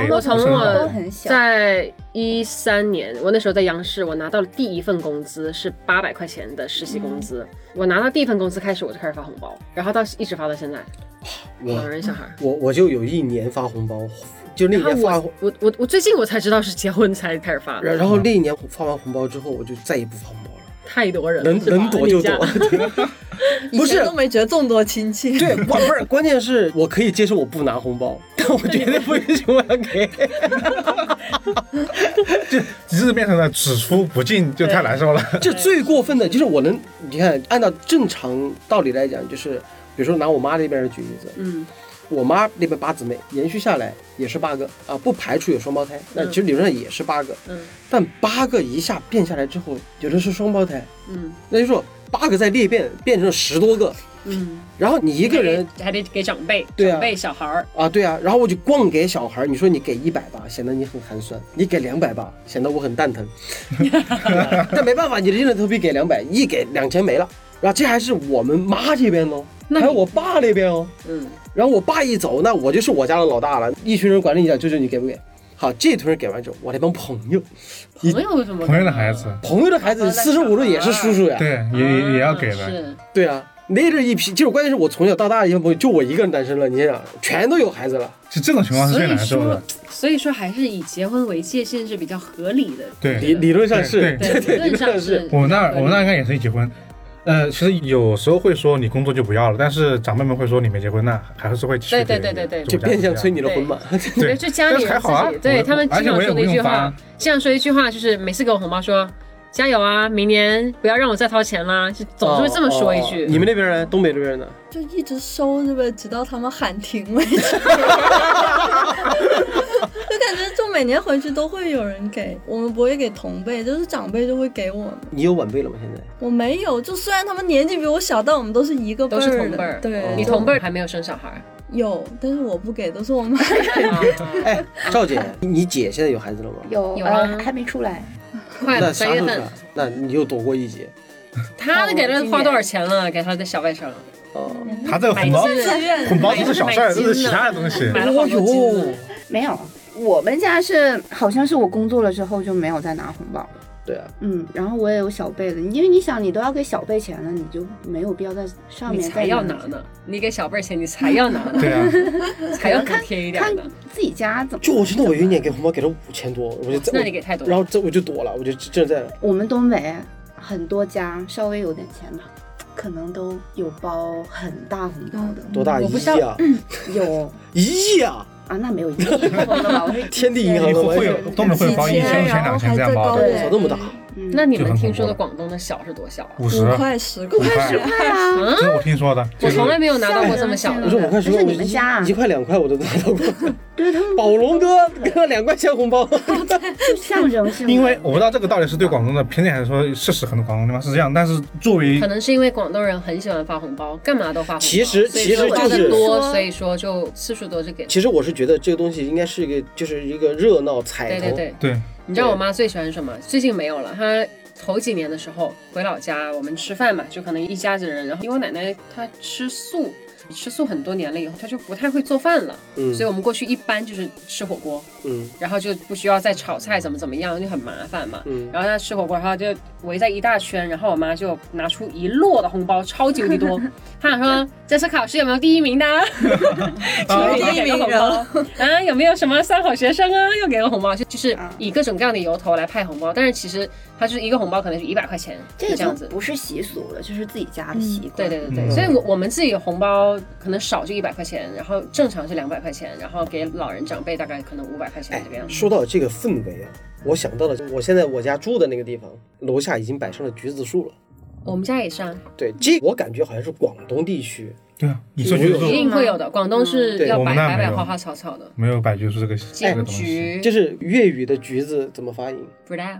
在13年，我那时候在央视，我拿到了第一份工资是800块钱的实习工资。我拿到第一份工资开始，我就开始发红包，然后一直发到现在。老人小孩， 我就有1年发红包，就那年发我最近我才知道是结婚才开始发， 然后那一年发完红包之后，我就再也不发红包了。 太多人能躲就躲， 不是都没觉得众多亲戚。 对，不是，关键是我可以接受我不拿红包，但我绝对不允许我要给。 就只是变成了只出不进，就太难受了。 这最过分的就是你看，按照正常道理来讲，就是比如说拿我妈那边的举例子，我妈那边8姊妹，延续下来也是8个啊，不排除有双胞胎，那其实理论上也是8个，但8个一下变下来之后，有的是双胞胎，那就说8个再裂变成了10多个，然后你一个人还得给长辈， 对啊， 长辈小孩啊，对啊，然后我就光给小孩，你说你给100吧，显得你很寒酸；你给200吧，显得我很蛋疼。但没办法，你硬着头皮给200，一给2000没了。然后这还是我们妈这边哦，还有我爸那边哦，然后我爸一走，那我就是我家的老大了，一群人管着你讲，舅舅你给不给？好，这群人给完之后，我那帮朋友有什么？ 朋友的孩子 45度也是叔叔呀， 对，也要给的， 对啊。那这一批，就是关键是我从小到大的一些朋友，就我一个人单身了，你想，全都有孩子了， 是这种情况是最难受的。 所以说还是以结婚为界限是比较合理的。 对， 理论上是， 对，理论上是。 我那应该也是一结婚。其实有时候会说你工作就不要了，但是长辈们会说你没结婚，那还是会继续。 对， 就变相催你的婚嘛。 对，就家里人自己，对他们经常说的一句话，经常说一句话就是每次给我红包说加油啊，明年不要让我再掏钱啦，就总是会这么说一句。 你们那边人，东北这边呢？ 就一直收着呗，直到他们喊停为止。 就感觉就每年回去都会有人给我们，不会给同辈，就是长辈就会给我们。 你有晚辈了吗？现在我没有，就虽然他们年纪比我小，但我们都是一个辈儿的， 都是同辈儿。 对， 你同辈儿还没有生小孩？ 有，但是我不给，都是我妈给。 哎，赵姐，你姐现在有孩子了吗？ 有啊， 还没出来， 快了，3月份。 那你又躲过一劫。 他给他花多少钱了？给他的小外甥。 他这个红包都是小事儿，这是其他的东西。 买了好多金子。 没有，我们家是好像是我工作了之后就没有再拿红包。 对啊， 然后我也有小辈的，因为你想，你都要给小辈钱了，你就没有必要在上面再。 你才要拿呢，你给小辈钱，你才要拿呢。 对啊， 才要补贴一点的。 看自己家怎么。 就我记得我有一年给红包给了5000多，我就那你给太多。 然后我就躲了，我就真在。 我们东北很多家稍微有点钱的，可能都有包很大红包的。 多大？1亿啊？ 有 1亿啊？ 啊，那没有1亿的吧？我是天地银行的会有东北会包1000、2000、2000这样包的， 少那么大。 那你们听说的广东的小是多小 ？50 块、10块、 10块啊！ 这是我听说的， 我从来没有拿到过这么小的。 我说5块10块， 你们家 1块2块我都拿到过。 对他们宝龙哥给了2块钱红包， 象征性。 因为我不知道这个到底是对广东的偏见，还是说事实很多广东地方是这样，但是作为可能是因为广东人很喜欢发红包，干嘛都发红包。 其实就是多，所以说就次数多就给。 其实我是觉得这个东西应该是一个热闹彩头。 对。 你知道我妈最喜欢什么？最近没有了，她头几年的时候回老家，我们吃饭嘛，就可能一家子人，然后因为我奶奶她吃素很多年了以后，她就不太会做饭了，所以我们过去一般就是吃火锅，然后就不需要再炒菜怎么样，就很麻烦嘛，然后她吃火锅，然后就围在一大圈，然后我妈就拿出一摞的红包，超级无敌多，她想说这次考试有没有第1名的？第1名红包啊，有没有什么3好学生啊？又给个红包，就是以各种各样的由头来派红包，但是其实它就是一个红包可能是100块钱，这样子， 不是习俗了，就是自己家的习惯。 对，所以我们自己的红包可能少就100块钱，然后正常是200块钱，然后给老人长辈大概可能500块钱这个样子。 说到这个氛围啊，我想到了我现在我家住的那个地方，楼下已经摆上了橘子树了。 我们家也是啊。 对，这我感觉好像是广东地区。 对啊，你说橘子树一定会有的，广东是要摆摆花花草草的， 没有摆橘树这个东西。 就是粤语的橘子怎么发音？ 不知道。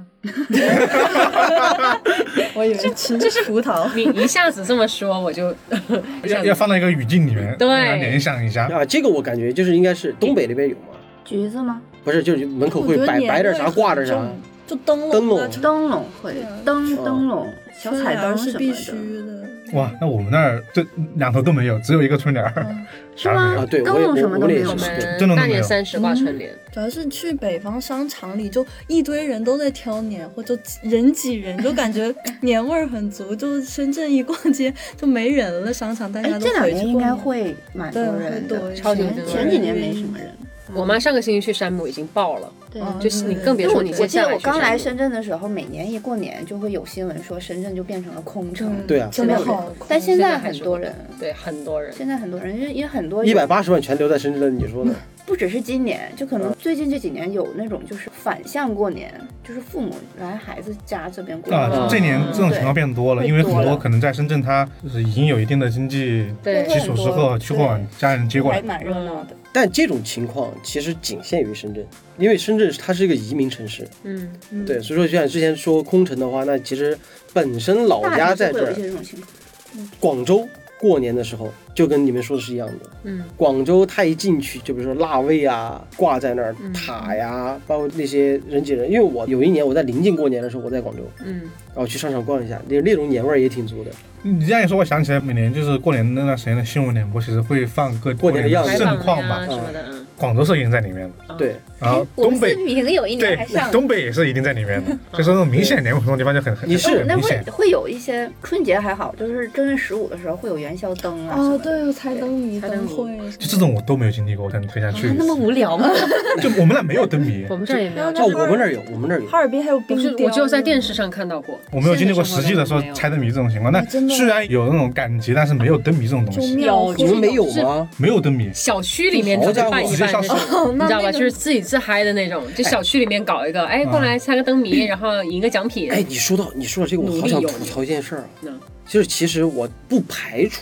我以为吃葡萄。 你一下子这么说，我就要放到一个语境里面， 对， 联想一下啊。这个我感觉就是应该是东北那边有吗？ 橘子吗？ 不是，就是门口会摆点啥，挂着啥。 就灯笼会灯笼小彩灯是必须的。 哇，那我们那儿这2头都没有，只有一个春联， 是吗？ 啊，对， 灯笼什么都没有， 大年30挂春联。 主要是去北方商场里，就一堆人都在挑年货，就人挤人，就感觉年味儿很足。就深圳一逛街就没人了，商场大家都这2年应该会蛮多人的， 超级多。 前几年没什么人。 我妈上个星期去山姆已经爆了， 对， 就是你更别说你接下来。 我刚来深圳的时候，每年一过年就会有新闻说深圳就变成了空城， 对啊， 就没有人。但现在很多人， 对，很多人， 现在很多人，因为很多 180万全留在深圳了，你说呢？ 不只是今年，就可能最近这几年有那种就是反向过年，就是父母来孩子家这边过年。 啊，这年这种情况变多了，因为很多可能在深圳，他就是已经有一定的经济基础之后，去往家人接过来， 还蛮热闹的。 但这种情况其实仅限于深圳，因为深圳它是一个移民城市，对，所以说就像之前说空城的话，那其实本身老家在这儿，广州过年的时候就跟你们说的是一样的，广州它一进去就比如说腊味啊挂在那儿，塔呀，包括那些人挤人，因为我有一年我在临近过年的时候我在广州，然后去商场逛一下，那种年味也挺足的。 你这样一说，我想起来每年就是过年那段时间的新闻联播，其实会放各过年的样子盛况吧，广州是一定在里面的， 对， 然后东北有一年还上， 东北也是一定在里面的，就是那种明显年味的地方就很你是那会有一些春节还好，就是正月15的时候会有元宵灯啊， 哦，对，猜灯谜灯会， 就这种我都没有经历过，我可能推下去。 那么无聊吗？ 就我们那没有灯谜， 我们这儿也没有。 哦，我们那儿有，我们那儿有。 哈尔滨还有冰雕， 我只有在电视上看到过， 我没有经历过实际的说猜灯谜这种情况。那虽然有那种赶集，但是没有灯谜这种东西。 有，你们没有吗？ 没有灯谜， 小区里面只办一办那种，你知道吧？就是自己自嗨的那种，就小区里面搞一个，哎，过来猜个灯谜，然后赢个奖品。 哎，你说到这个，我好想吐槽一件事儿啊，就是其实我不排除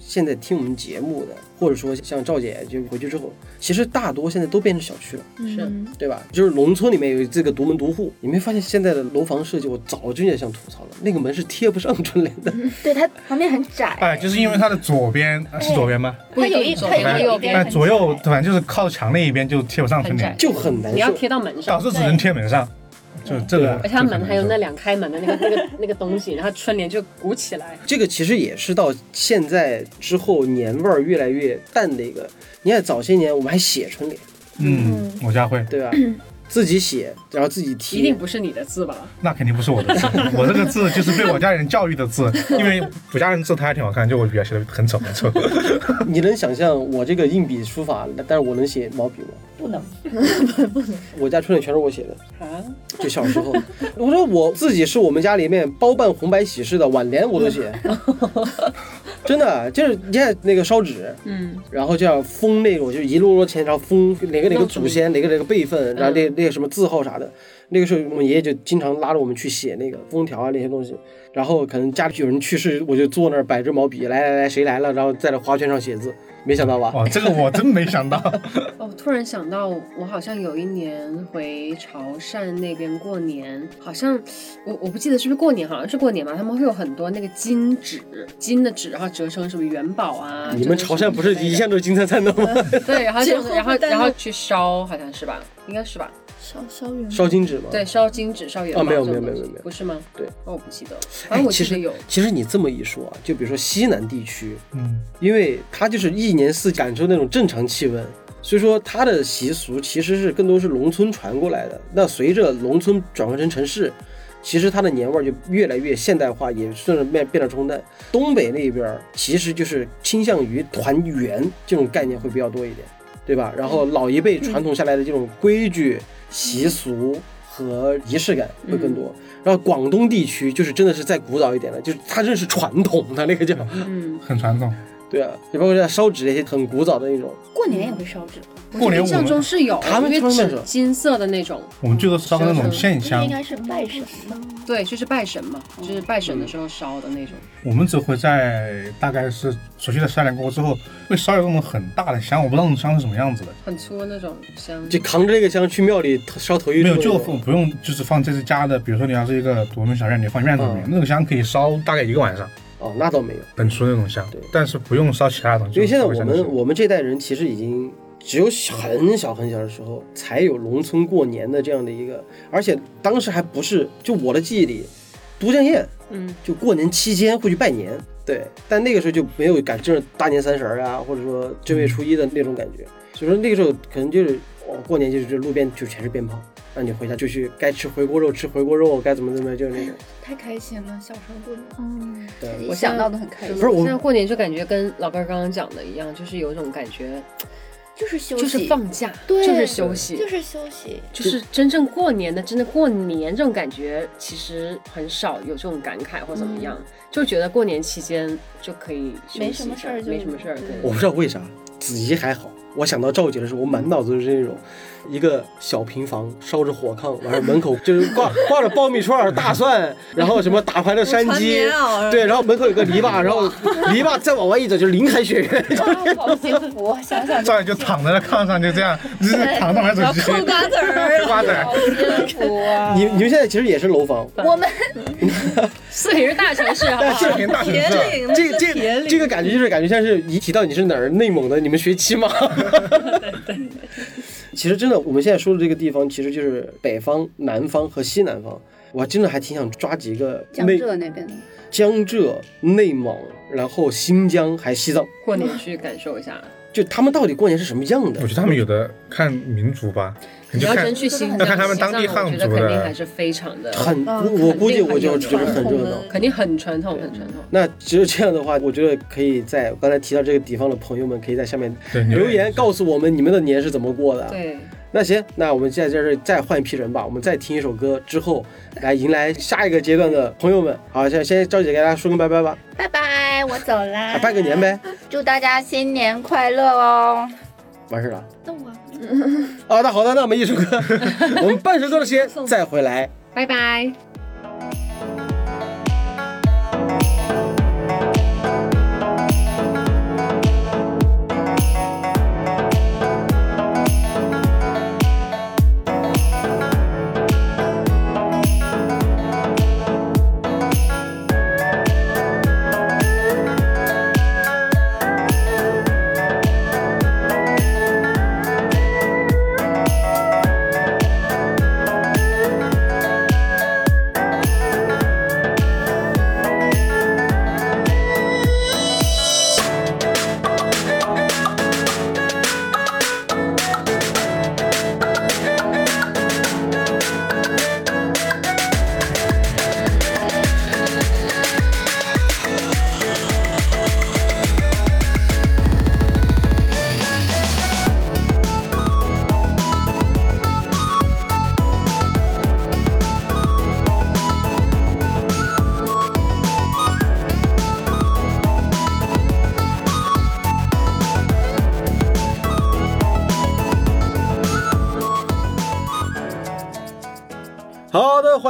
现在听我们节目的，或者说像赵姐就回去之后，其实大多现在都变成小区了， 是， 对吧？就是农村里面有这个独门独户，你没发现现在的楼房设计，我早就也想吐槽了，那个门是贴不上春联的， 对，它旁边很窄。 哎，就是因为它的左边是左边吗？ 它有一边左右反正就是靠墙那一边就贴不上春联， 就很难受。 你要贴到门上， 导致只能贴门上。就这个， 而且它门还有那2开门的那个东西，然后春联就鼓起来。 这个其实也是到现在之后年味儿越来越淡的一个。你看早些年我们还写春联， 我家会， 对吧？自己写，然后自己贴， 一定不是你的字吧？ 那肯定不是我的字，我这个字就是被我家人教育的字，因为我家人字他还挺好看，就我比较写的很丑很丑。 你能想象我这个硬笔书法，但是我能写毛笔吗？ 不能， 不能。 我家春联全是我写的啊！就小时候，我说我自己是我们家里面包办红白喜事的挽联我都写，真的就是你看那个烧纸，然后就要封那种就是一摞摞钱，然后封哪个祖先，哪个辈分，然后那个什么字号啥的。那个时候我们爷爷就经常拉着我们去写那个封条啊那些东西，然后可能家里有人去世，我就坐那儿摆着毛笔，来谁来了，然后在那花圈上写字。没想到吧？ 哦，这个我真没想到。 哦，突然想到，我好像有一年回潮汕那边过年，好像我不记得是不是过年，好像是过年吧。他们会有很多那个金的纸，然后折成什么元宝啊。 你们潮汕不是一向都是金灿灿的吗？ 对，然后去烧，好像是吧？应该是吧？ 烧金纸吗？ 对，烧金纸、烧元宝。 没有， 不是吗？ 对， 我不记得。反正我记得有。 其实你这么一说啊，就比如说西南地区，因为它就是一年四季感受那种正常气温，所以说它的习俗其实是更多是农村传过来的。那随着农村转换成城市，其实它的年味就越来越现代化，也顺着变得冲淡。东北那边其实就是倾向于团圆这种概念会比较多一点，对吧？然后老一辈传统下来的这种规矩、习俗和仪式感会更多。然后广东地区就是真的是再古早一点了，就是它真是传统的那个叫， 很传统。 对啊，也包括像烧纸那些很古早的那种。 过年也会烧纸。 过年印象中是有， 他们因为纸金色的那种。 我们最多烧那种线香， 应该是拜神吧？ 对，就是拜神嘛，就是拜神的时候烧的那种。 我们只会在大概是熟悉的4年过后之后，会烧有那种很大的香，我不知道那种香是什么样子的， 很粗那种香， 就扛着这个香去庙里烧头一没有，就不用，就是放这次家的，比如说你要是一个独门小院，你放院子里面，那个香可以烧大概1个晚上。 哦，那倒没有， 很粗那种香，对，但是不用烧其他的东西。 因为现在我们这代人其实已经只有很小的时候才有农村过年的这样的一个，而且当时还不是，就我的记忆里，都江堰，就过年期间会去拜年，对，但那个时候就没有赶正大年30啊，或者说正月初一的那种感觉，所以说那个时候可能就是过年就是路边就全是鞭炮。让你回家就去该吃回锅肉吃回锅肉，该怎么就是那种。 太开心了，小时候过年， 对， 我想到都很开心。 不是我现在过年就感觉跟老根刚刚讲的一样，就是有一种感觉， 就是休息， 就是放假， 对， 就是休息，就是真正过年的，真的过年这种感觉，其实很少有这种感慨或怎么样，就觉得过年期间就可以休息， 没什么事儿， 对。 我不知道为啥，子怡还好。我想到赵姐的时候，我满脑子都是那种一个小平房烧着火炕，完了门口就是挂着爆米串、大蒜，然后什么打牌的山鸡，对，然后门口有个篱笆，然后篱笆再往外一走就是林海雪原， 好幸福，想想赵姐就躺在那炕上就这样，就是躺着玩手机， 嗑瓜子儿， 瓜子儿， 好幸福啊！ 你们现在其实也是楼房， 我们四平是大城市，好不好？ 四平大城市， 这个感觉就是感觉像是一提到你是哪儿内蒙的，你们学期吗？ 对， 其实真的，我们现在说的这个地方，其实就是北方、南方和西南方。我真的还挺想抓几个江浙那边的， 江浙、内蒙，然后新疆还西藏， 过年去感受一下。 就他们到底过年是什么样的？ 我觉得他们有的看民族吧， 你要真去新疆， 要看他们当地汉族的， 肯定还是非常的我估计我就觉得很热闹， 肯定很传统，很传统。 那只有这样的话，我觉得可以在刚才提到这个地方的朋友们，可以在下面留言告诉我们你们的年是怎么过的。 对。 那行，那我们现在在这再换一批人吧，我们再听一首歌之后，来迎来下一个阶段的朋友们。好，先赵姐给大家说个拜拜吧。 拜拜，我走啦。 拜个年呗。 祝大家新年快乐哦。 完事了。 逗啊。 那好的，那我们一首歌，我们半首歌的时间再回来。 拜拜。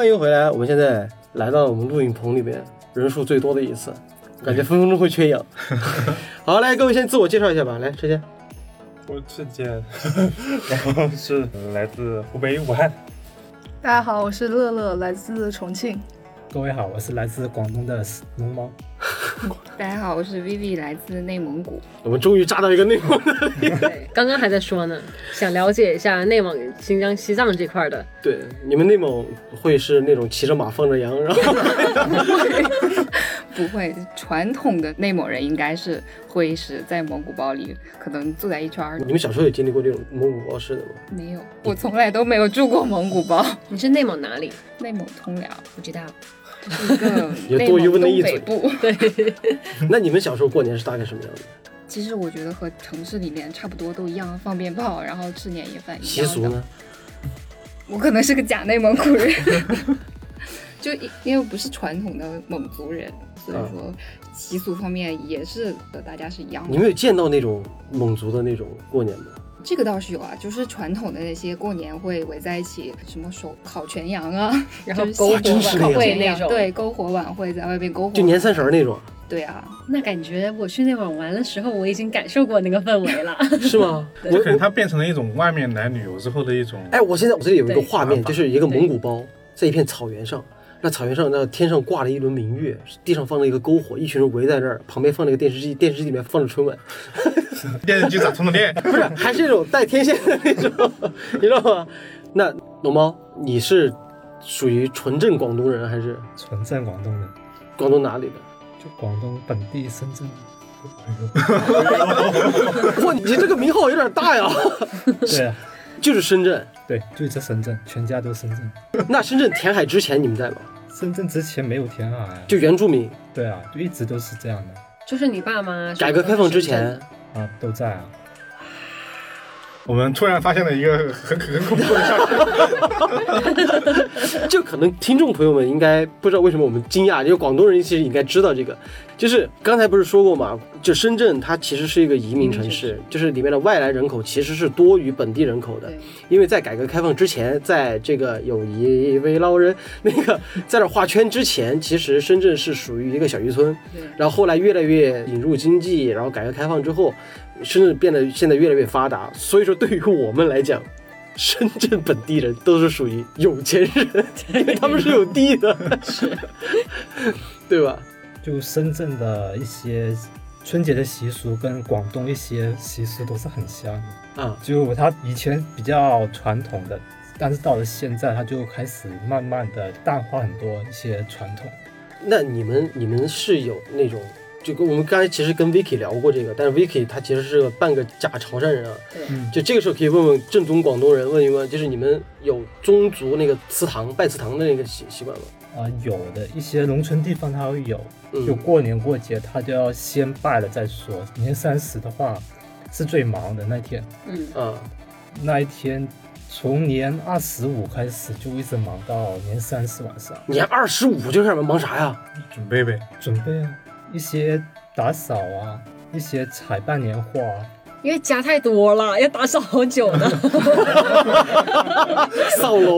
欢迎回来，我们现在来到了我们录影棚里面，人数最多的一次，感觉分分钟会缺氧。好，来各位先自我介绍一下吧，来车先。 我是健，然后是来自湖北武汉。 大家好，我是乐乐，来自重庆。 各位好，我是来自广东的龙猫。 大家好，我是 Vivi， 来自内蒙古。 我们终于扎到一个内蒙的地方。 对，刚刚还在说呢，想了解一下内蒙、新疆、西藏这块的。 对，你们内蒙会是那种骑着马放着羊，然后不会，传统的内蒙人应该是会是在蒙古包里可能坐在一圈。 你们小时候有经历过这种蒙古包式的吗？ 没有，我从来都没有住过蒙古包。 你是内蒙哪里？ 内蒙通辽， 不知道。 一个有多余问了一嘴。 对。 那你们小时候过年是大概什么样的？ 其实我觉得和城市里面差不多，都一样，放鞭炮，然后吃年夜饭一样的。 习俗呢？ 我可能是个假内蒙古人。就因为不是传统的蒙族人，所以说习俗方面也是和大家是一样的。 你们有见到那种蒙族的那种过年吗？ 这个倒是有啊，就是传统的那些过年会围在一起，什么烤全羊啊，然后篝火晚会那种，对，篝火晚会在外边篝火， 就年30那种。 对啊， 那感觉我去内蒙玩的时候，我已经感受过那个氛围了。 是吗？ 我可能它变成了一种外面来旅游之后的一种。 哎，我这里有一个画面，就是一个蒙古包在一片草原上。那草原上，那天上挂了一轮明月，地上放了一个篝火，一群人围在那儿，旁边放了一个电视机，电视机里面放着春晚。 电视机咋充的电？ 不是，还是那种带天线的那种，你知道吗？那龙猫，你是属于纯正广东人还是？ 纯正广东人。 广东哪里的？ 就广东本地深圳。 哇，你这个名号有点大呀。 对啊。 就是深圳。 对，就在深圳，全家都深圳。 那深圳填海之前你们在吗？ 深圳之前没有填海啊， 就原住民。 对啊，就一直都是这样的。 就是你爸妈改革开放之前啊都在啊。 我们突然发现了一个很恐怖的消息，就可能听众朋友们应该不知道为什么我们惊讶，因为广东人其实应该知道这个，就是刚才不是说过嘛，就深圳它其实是一个移民城市，就是里面的外来人口其实是多于本地人口的，因为在改革开放之前，在这个有一位老人那个在这画圈之前，其实深圳是属于一个小渔村，然后后来越来越引入经济，然后改革开放之后。深圳变得现在越来越发达，所以说对于我们来讲，深圳本地人都是属于有钱人，因为他们是有地的，对吧？ 就深圳的一些春节的习俗跟广东一些习俗都是很像的啊。 就它以前比较传统的，但是到了现在，它就开始慢慢的淡化很多一些传统。 那你们是有那种？就跟我们刚才其实跟 Vicky 聊过这个，但是 Vicky 他其实是半个假潮汕人啊。就这个时候可以问问正宗广东人，问一问，就是你们有宗族那个祠堂拜祠堂的那个习惯吗？ 有的，一些农村地方它会有，就过年过节他就要先拜了再说。年30的话是最忙的那天，那一天从年25开始就一直忙到年30晚上。 年25就开始忙啥呀？ 准备呗， 准备啊。一些打扫啊，一些采办年画啊， 因为家太多了，要打扫好久呢。 扫楼，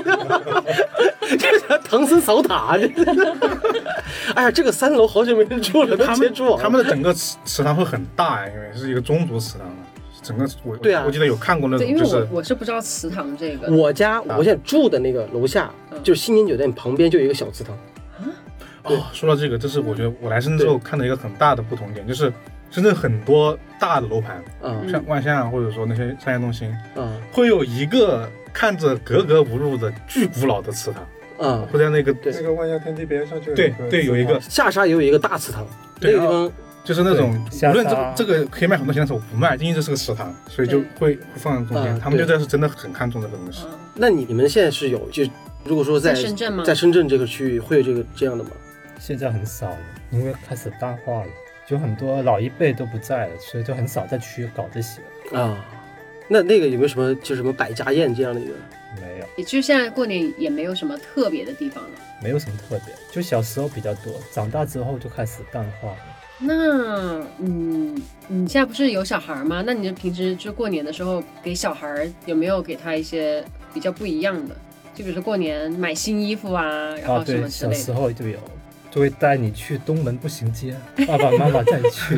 这唐僧扫塔。哎呀，这个3楼好久没人住了，都接住。 他们的整个祠堂会很大，因为是一个宗族祠堂。整个对啊， 我记得有看过那种， 因为我是不知道祠堂这个。 我现在住的那个楼下，就是新年酒店旁边就有一个小祠堂。 说到这个，这是我觉得我来深圳之后看到一个很大的不同点，就是深圳很多大的楼盘，像万象或者说那些商业中心，会有一个看着格格不入的巨古老的祠堂，会在那个万象天地边上就有对有一个下沙也有一个大祠堂，那个地方就是那种无论这个可以卖很多钱的时候不卖，因为这是个祠堂，所以就会放在中间。他们就这是真的很看重这个东西。 那你们现在是有就如果说在深圳吗？ 在深圳这个区域会有这样的吗？ 现在很少了，因为开始淡化了，就很多老一辈都不在了，所以就很少在区搞这些啊。那个有没有什么就什么百家宴这样的一个？ 没有， 也就现在过年也没有什么特别的地方了。 没有什么特别，就小时候比较多，长大之后就开始淡化了。 那你现在不是有小孩吗？那你平时就过年的时候给小孩有没有给他一些比较不一样的？ 就比如说过年买新衣服啊，然后什么之类的。 小时候就有，就会带你去东门步行街，爸爸妈妈带你去。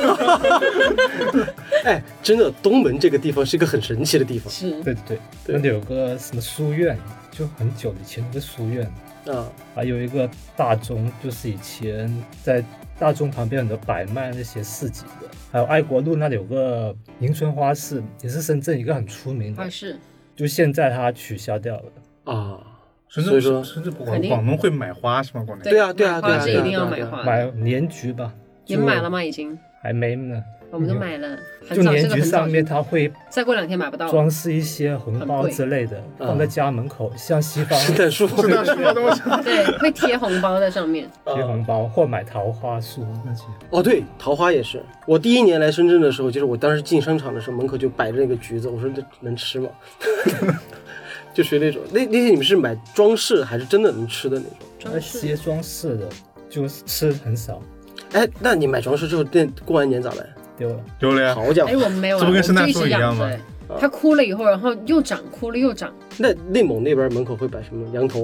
哎，真的，东门这个地方是一个很神奇的地方。 是， 对，那里有个什么书院，就很久以前有个书院啊，还有一个大钟，就是以前在大钟旁边很多摆卖那些市集的，还有爱国路那里有个迎春花市，也是深圳一个很出名的。 是， 就现在它取消掉了啊。 甚至广东会买花是吗？广东对啊， 花是一定要买花， 买年桔吧。 你们买了吗？已经还没呢。 我们都买了， 就年桔上面它会再过2天买不到， 装饰一些红包之类的，放在家门口，像西方圣诞树的东西。 对，会贴红包在上面， 贴红包或买桃花树那些。 哦，对，桃花也是。我第1年来深圳的时候，就是我当时进商场的时候，门口就摆着那个橘子，我说这能吃吗？就属于那种，那些你们是买装饰还是真的能吃的那种？ 那些装饰的，就是吃很少。 哎，那你买装饰之后，过完年咋办？ 丢了呀！ 好家伙！ 哎，我们没有， 这不跟圣诞树一样吗？ 它枯了以后，然后又长，枯了又长。 那内蒙那边门口会摆什么？羊头，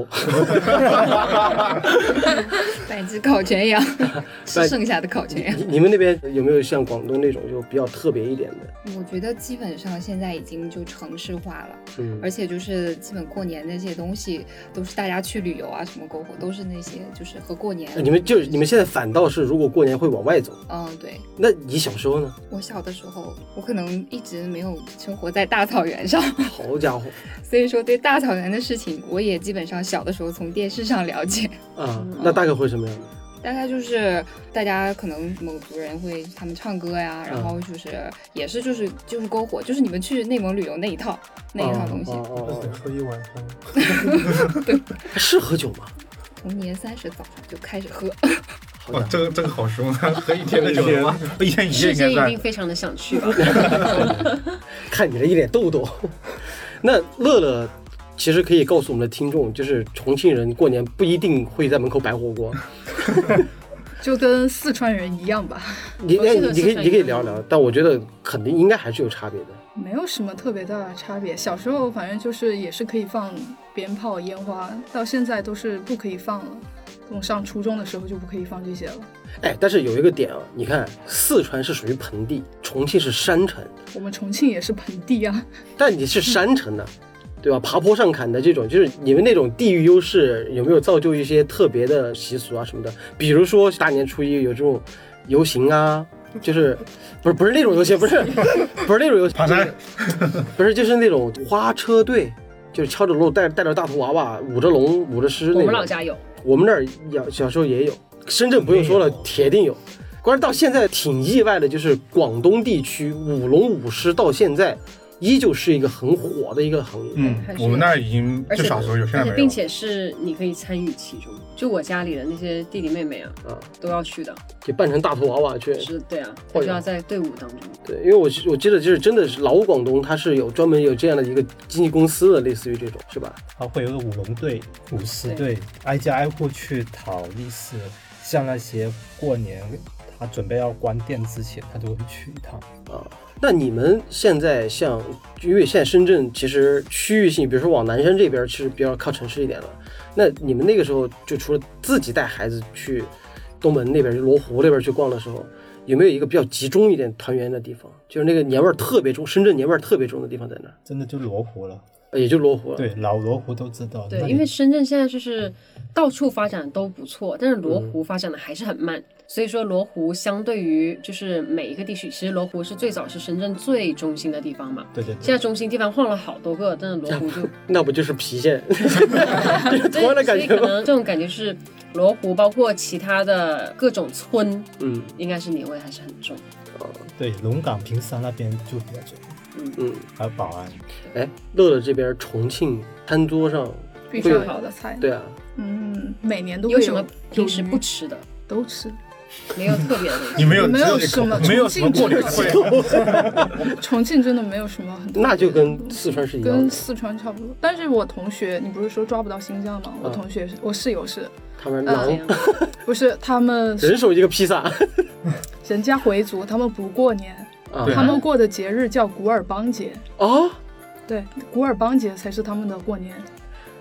摆只烤全羊，吃剩下的烤全羊。 你们那边有没有像广东那种就比较特别一点的？ 我觉得基本上现在已经就城市化了，而且就是基本过年那些东西都是大家去旅游啊，什么篝火都是那些就是和过年。 你们现在反倒是如果过年会往外走。 对。 那你小时候呢？ 我小的时候，我可能一直没有生活在大草原上。 好家伙！ 所以说对大草原的事情，我也基本上小的时候从电视上了解。 那大概会什么样的？ 大概就是大家可能蒙族人会他们唱歌呀，然后就是也是就是篝火，就是你们去内蒙旅游那一套东西。 喝一晚上。 对， 是喝酒吗？ 从年30早上就开始喝。 哇，这个好凶啊！喝1天的酒吗？喝1天世界一定非常的想去吧？ 看你这一脸痘痘。那乐乐其实可以告诉我们的听众，就是重庆人过年不一定会在门口摆火锅， 就跟四川人一样吧。 你可以聊聊，但我觉得肯定应该还是有差别的。 没有什么特别大的差别。小时候反正就是也是可以放鞭炮烟花，到现在都是不可以放了。从上初中的时候就不可以放这些了。 哎，但是有一个点啊，你看四川是属于盆地，重庆是山城。 我们重庆也是盆地啊， 但你是山城的，对吧？爬坡上砍的这种，就是你们那种地域优势有没有造就一些特别的习俗啊什么的？比如说大年初一有这种游行啊，就是不是那种游行，不是那种游行， 爬山， 不是就是那种花车队，就是敲着锣带着大头娃娃，舞着龙舞着狮。 我们老家有， 我们那儿小时候也有，深圳不用说了，铁定有。关键到现在挺意外的，就是广东地区舞龙舞狮到现在依旧是一个很火的一个行业。 我们那儿已经就小时候有，现在没有。 并且是你可以参与其中，就我家里的那些弟弟妹妹啊都要去的， 就扮成大头娃娃去。 是，对啊，就要在队伍当中。 对，因为我记得就是真的是老广东，它是有专门有这样的一个经纪公司的，类似于这种，是吧？ 它会有个舞龙队、舞狮队，挨家挨户去讨利是，像那些过年他准备要关店之前，他都会去一趟啊。那你们现在像，因为现在深圳其实区域性，比如说往南山这边其实比较靠城市一点了。那你们那个时候就除了自己带孩子去东门那边、罗湖那边去逛的时候，有没有一个比较集中一点团圆的地方？就是那个年味儿特别重，深圳年味儿特别重的地方在哪？ 真的就罗湖了。 也就罗湖了。 对，老罗湖都知道。 对，因为深圳现在就是到处发展都不错，但是罗湖发展的还是很慢。所以说罗湖相对于就是每一个地区，其实罗湖是最早是深圳最中心的地方嘛。 对。 现在中心地方换了好多个，但是罗湖就那不就是郫县？就是同样的感觉吗？ 所以可能这种感觉是罗湖，包括其他的各种村，应该是年味还是很重。 对，龙岗、坪山那边就比较重。还有宝安。 哎，乐乐这边重庆餐桌上必须好的菜。 对啊。 每年都会有什么平时不吃的？ 都吃。 没有特别的。 你没有什么？ 没有什么过年会。重庆真的没有什么很。 那就跟四川是一样的。 跟四川差不多。但是我同学，你不是说抓不到新疆吗？我同学，我室友是。 他们狼。 不是他们。 人手一个披萨。 人家回族，他们不过年。他们过的节日叫古尔邦节。 哦， 对，古尔邦节才是他们的过年。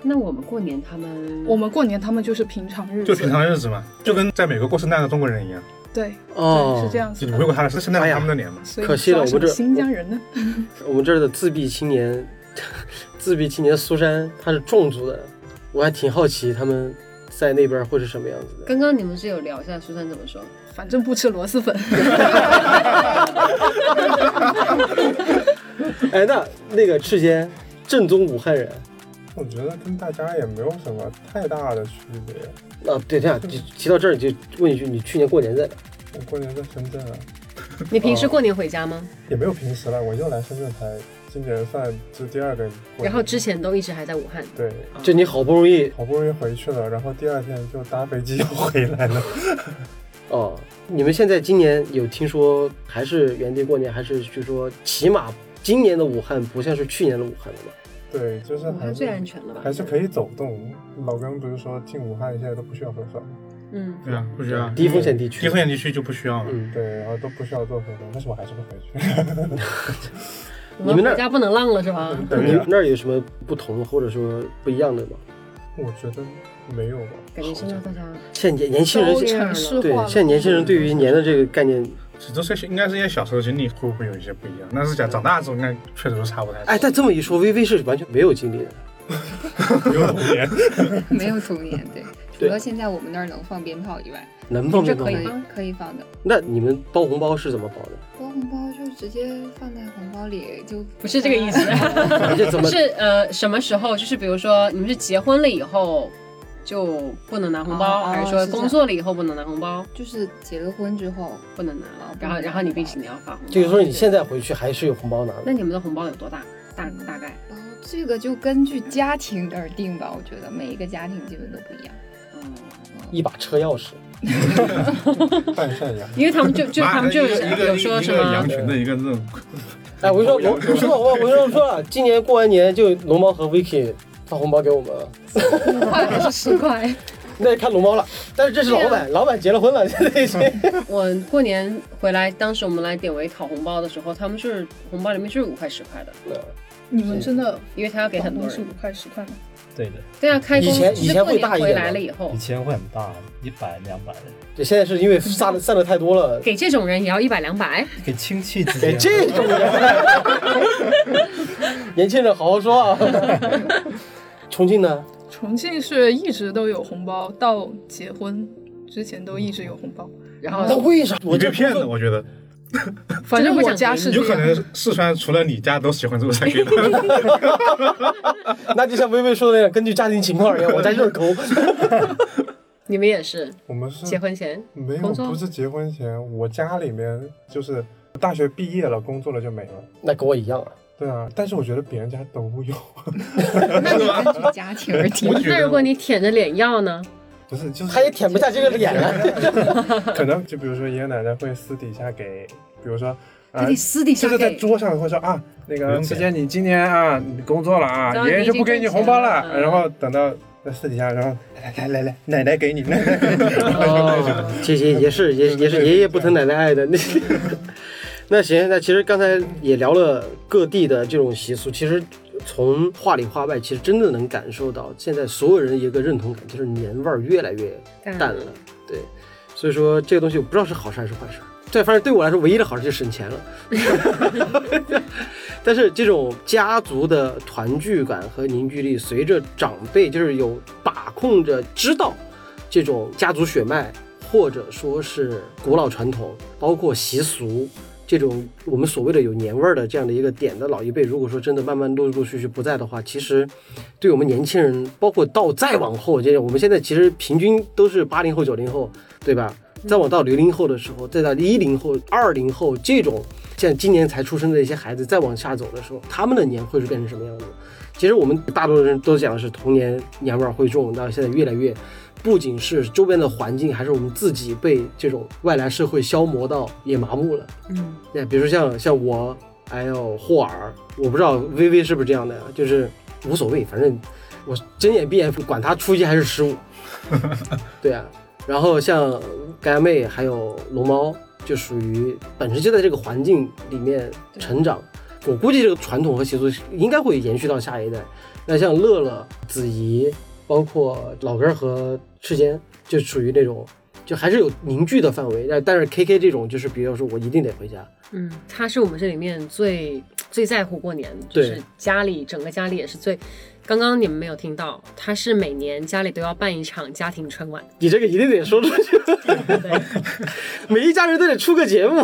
那我们过年他们就是平常日子， 就平常日子嘛，就跟在美国过圣诞的中国人一样。 对，哦，是这样子。 你回过他的圣诞他们的年嘛？ 可惜了，我们这新疆人呢。 我们这儿的自闭青年苏珊，他是壮族的，我还挺好奇他们在那边会是什么样子的。 刚刚你们是有聊一下苏珊怎么说？ 反正不吃螺蛳粉。 哎，那个赤间正宗武汉人， 我觉得跟大家也没有什么太大的区别。 对，这样提到这儿就问一句，你去年过年在哪？ 我过年在深圳啊。 你平时过年回家吗？ 也没有平时了，我又来深圳才今年算是第2个。 然后之前都一直还在武汉。 对， 就你好不容易回去了，然后第2天就搭飞机又回来了。 哦，你们现在今年有听说还是原地过年，还是就说起码今年的武汉不像是去年的武汉了吗？ 对，就是还是最安全了吧？ 还是可以走动。老刚不是说进武汉现在都不需要核酸吗？ 对啊，不需要。 低风险地区就不需要了。 对，然后都不需要做核酸，但是我还是不回去。 你们那家不能浪了是吧？ 你们那儿有什么不同或者说不一样的吗？ 我觉得没有吧。 感觉现在大家现在年轻人对现在年轻人对于年的这个概念。 这些应该是因为小时候经历会不会有一些不一样？但是长大之后应该确实都差不太多。 哎，但这么一说，微微是完全没有经历的， 没有童年， 没有童年，对，除了现在我们那儿能放鞭炮以外， 能放鞭炮可以放的。 那你们包红包是怎么包的？ 包红包就直接放在红包里，就不是这个意思。是什么时候？就是比如说你们是结婚了以后。就不能拿红包，还是说工作了以后不能拿红包？ 就是结了婚之后不能拿了，然后你并且你要发红包。 就是说你现在回去还是有红包拿的。 那你们的红包有多大？大概？ 这个就根据家庭而定吧，我觉得每一个家庭基本都不一样。 一把车钥匙， 半扇羊。 因为他们就有说什么羊群的一个这种。 哎，我说了，今年过完年就龙猫和 Vicky。发红包给我们 5块还是10块？ 那看龙猫了。但是这是老板结了婚了，现在已经。 我过年回来，当时我们来典韦讨红包的时候，他们是红包里面就是5块10块的。 你们真的， 因为他要给很多人。 是5块10块吗？ 对的。 对啊，开工以前会大一点。 回来了以后， 以前会很大，100、200的。 对，现在是因为散的太多了。 给这种人也要100、200？ 给亲戚之间。 给这种人。年轻人好好说啊。重庆呢？ 重庆是一直都有红包，到结婚之前都一直有红包。 然后那为啥？ 我被骗的，我觉得。 反正我家是有可能四川除了你家都喜欢这个才给的。 那就像薇薇说的那样，根据家庭情况而言，我在这儿抠。 你们也是？ 我们是结婚前没有，不是结婚前，我家里面就是大学毕业了，工作了就没了。 那跟我一样啊。 对啊，但是我觉得别人家都有。 那你根据家庭而定。 那如果你舔着脸要呢？ 不是，就是他也舔不下这个脸了。 可能就比如说爷爷奶奶会私底下给，比如说他得私底下就是在桌上会说啊，那个之前你今年啊你工作了啊，爷爷就不给你红包了。然后等到私底下，然后来奶奶给你。 也是爷爷不疼奶奶爱的那。那行，那其实刚才也聊了各地的这种习俗，其实从话里话外，其实真的能感受到现在所有人一个认同感，就是年味儿越来越淡了。对，所以说这个东西我不知道是好事还是坏事。对，反正对我来说，唯一的好事就是省钱了。但是这种家族的团聚感和凝聚力，随着长辈就是有把控着知道这种家族血脉，或者说是古老传统，包括习俗。这种我们所谓的有年味儿的这样的一个点的老一辈，如果说真的慢慢陆续不在的话，其实对我们年轻人，包括到再往后，我们现在其实平均都是80后、90后，对吧？再往到00后的时候，再到10后、20后这种像今年才出生的一些孩子，再往下走的时候，他们的年会是变成什么样子？其实我们大多数人都讲的是童年年味儿会重，到现在越来越。不仅是周边的环境，还是我们自己被这种外来社会消磨到也麻木了。比如说像我还有霍尔，我不知道微微是不是这样的呀，就是无所谓，反正我睁眼闭眼管他初一还是15。对啊，然后像干妹还有龙猫，就属于本身就在这个环境里面成长， 我估计这个传统和习俗应该会延续到下一代。那像乐乐、子怡，包括老根和赤间，就属于那种就还是有凝聚的范围。但是 KK 这种就是比如说我一定得回家。 他是我们这里面最在乎过年，就是家里整个家里也是最。刚刚你们没有听到，他是每年家里都要办一场家庭春晚。 你这个一定得说出去，每一家人都得出个节目，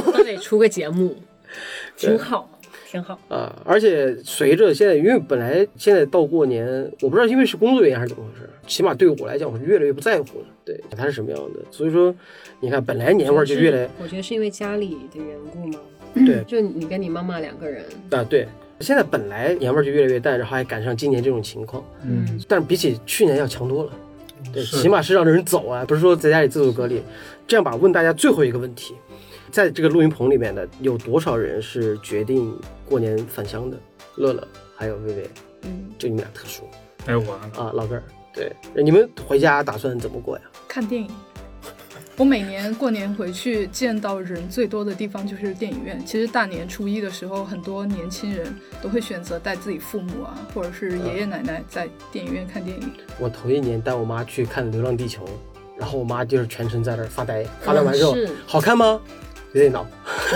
挺好。挺好啊，而且随着现在，因为本来现在到过年，我不知道因为是工作原因还是怎么回事，起码对我来讲，我是越来越不在乎了。对，它是什么样的？所以说，你看，本来年味就越来， 我觉得是因为家里的缘故吗？ 对， 就你跟你妈妈2个人啊，对。现在本来年味就越来越淡，然后还赶上今年这种情况，但是比起去年要强多了。对，起码是让人走啊，不是说在家里自主隔离。这样吧，问大家最后一个问题。在这个录音棚里面的有多少人是决定过年返乡的？乐乐还有薇薇，就你们俩特殊。 还有我啊，老根儿。对，你们回家打算怎么过呀？ 看电影。我每年过年回去见到人最多的地方就是电影院。其实大年初一的时候，很多年轻人都会选择带自己父母啊，或者是爷爷奶奶在电影院看电影。 我头一年带我妈去看《流浪地球》，然后我妈就是全程在那儿发呆，发呆完之后，好看吗？有点恼，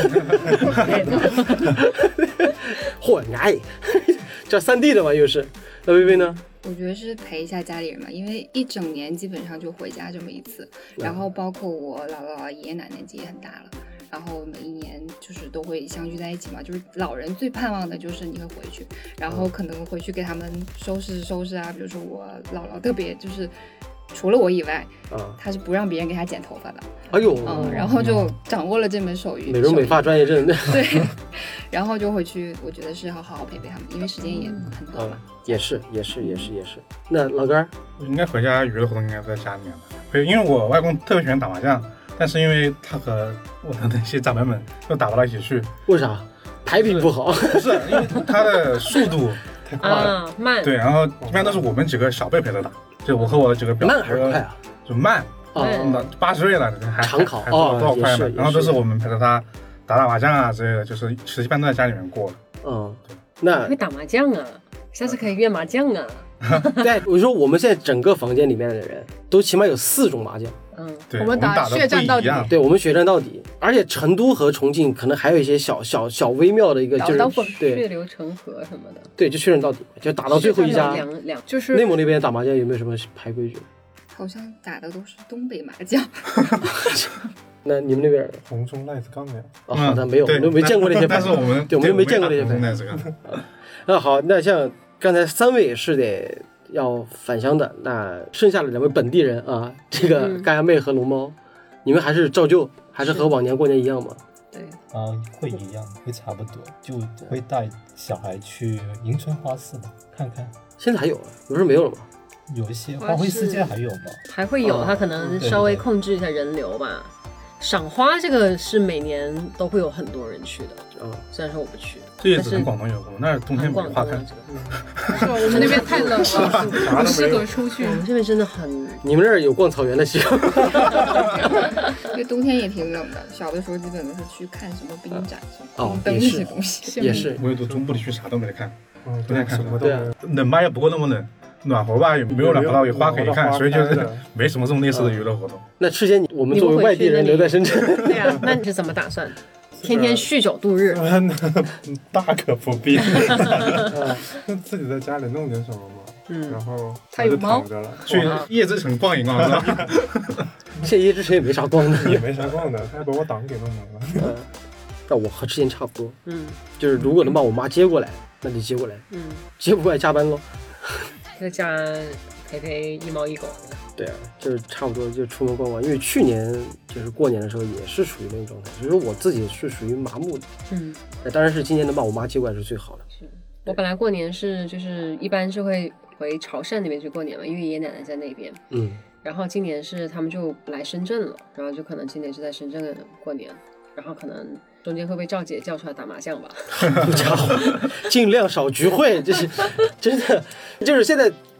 嚯，哎，这3D 的嘛又是。那薇薇呢？ 我觉得是陪一下家里人嘛，因为一整年基本上就回家这么一次，然后包括我姥姥爷爷奶奶年纪也很大了，然后每一年就是都会相聚在一起嘛，就是老人最盼望的就是你会回去，然后可能回去给他们收拾啊，比如说我姥姥特别就是除了我以外，他是不让别人给他剪头发的。 哎呦， 然后就掌握了这门手艺， 美容美发专业证。 对，然后就回去，我觉得是要好好陪陪他们，因为时间也很短嘛。 也是。那老根儿应该回家娱乐活动应该在家里面吧？因为我外公特别喜欢打麻将，但是因为他和我的那些长辈们都打不到一起去。 为啥？牌品不好？ 不是，因为他的速度太快了， 慢。 对，然后一般都是我们几个小辈陪着打，就我和我的几个表哥。 慢还是快啊？ 就慢。80岁了，还长考多少快呢？然后都是我们陪着他打麻将啊之类的，就是其实一般都在家里面过。 对。那会打麻将啊？下次可以约麻将啊。 对，我说我们现在整个房间里面的人都起码有4种麻将。 对， 我们打血战到底。 对，我们血战到底。而且成都和重庆可能还有一些小微妙的一个，就是血流成河什么的。 对，就血战到底，就打到最后一家。 就是内蒙那边打麻将有没有什么牌规矩？ 好像打的都是东北麻将。 那你们那边红中赖子杠呀？ 好的，没有，我们都没见过那些牌。 但是我们对，我们没见过那些牌。那好，那像刚才3位是得要返乡的，那剩下的2位本地人啊，这个嘎呀妹和龙猫，你们还是照旧，还是和往年过年一样吗？ 对会一样，会差不多，就会带小孩去迎春花市吧，看看。 现在还有啊？不是没有了吗？ 有一些花卉世界还有吗？ 还会有，它可能稍微控制一下人流吧。赏花这个是每年都会有很多人去的，虽然说我不去。 这也只跟广东有，我们那儿冬天没花看。 我们那边太冷了，不适合出去。 我们这边真的很。 你们那儿有逛草原的习惯？ 因为冬天也挺冷的，小的时候基本都是去看什么冰展、冰灯这些东西。 也是， 唯独中部地区啥都没得看，冬天看什么都冷吧，也不过那么冷。暖和吧，也没有暖和到有花可以看，所以就是没什么这种类似的娱乐活动。 那赤间，我们作为外地人留在深圳， 对啊，那你是怎么打算？天天酗酒度日？ 大可不必，自己在家里弄点什么嘛。然后他有猫着了， 去夜之城逛一逛是吧？ 现在夜之城也没啥逛的， 也没啥逛的，他把我档给弄没了。 但我和之前差不多，就是如果能把我妈接过来，那就接过来，接不过来加班喽。 在家陪一猫一狗。 对啊，就是差不多就出门逛逛，因为去年就是过年的时候也是属于那种状态，所以说我自己是属于麻木的。那当然是今年能把我妈接过来是最好的。 是我本来过年就是一般是会回潮汕那边去过年嘛，因为爷爷奶奶在那边。然后今年是他们就来深圳了，然后就可能今年是在深圳过年，然后可能中间会被赵姐叫出来打麻将吧。 家伙，尽量少聚会，这是真的。就是现在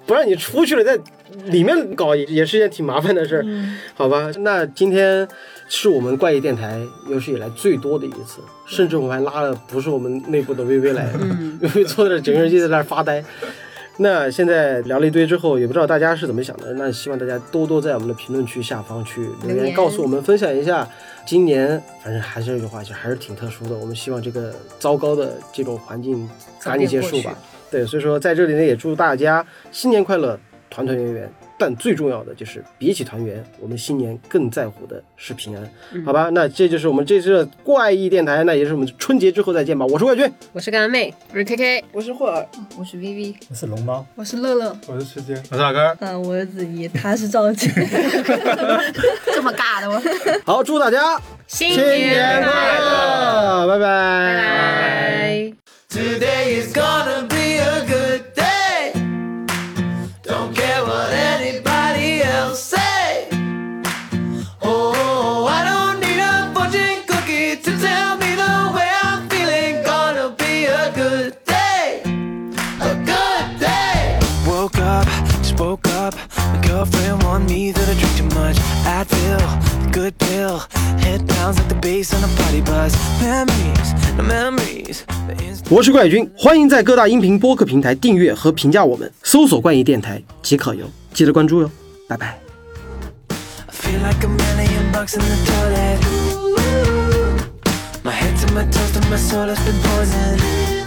不让你出去了，在里面搞也是一件挺麻烦的事儿，好吧？那今天是我们怪异电台有史以来最多的一次，甚至我们还拉了不是我们内部的微微来，微微坐在整个人就在那儿发呆。那现在聊了一堆之后，也不知道大家是怎么想的，那希望大家多多在我们的评论区下方去留言，告诉我们，分享一下。今年反正还是这句话，其实还是挺特殊的，我们希望这个糟糕的这种环境赶紧结束吧。对，所以说在这里呢，也祝大家新年快乐，团团圆圆。但最重要的就是比起团圆，我们新年更在乎的是平安，好吧？那这就是我们这次的怪异电台，那也是我们春节之后再见吧。我是怪君， 我是干妹， 我是 KK， 我是霍尔， 我是 VV， 我是龙猫， 我是乐乐， 我是时间， 我是老根， 我是子怡，他是赵姐， 这么尬的吗？ 好，祝大家新年快乐， 拜拜， 拜拜。 Today is gonna be a good day. Don't care what anybody else say. Oh, I don't need a fortune cookie to tell me the way I'm feeling. Gonna be a good day. A good day. Woke up, just woke up. My girlfriend warned me that I drink too much. Advil, good pill. Head bounce like the bass on a party bus. Memories, no memories. 我是怪君，欢迎在各大音频播客平台订阅和评价我们，搜索怪异电台即可有，记得关注哟，拜拜。 I feel like $1 million in the toilet. My head to my toes to my soul has been poisoned.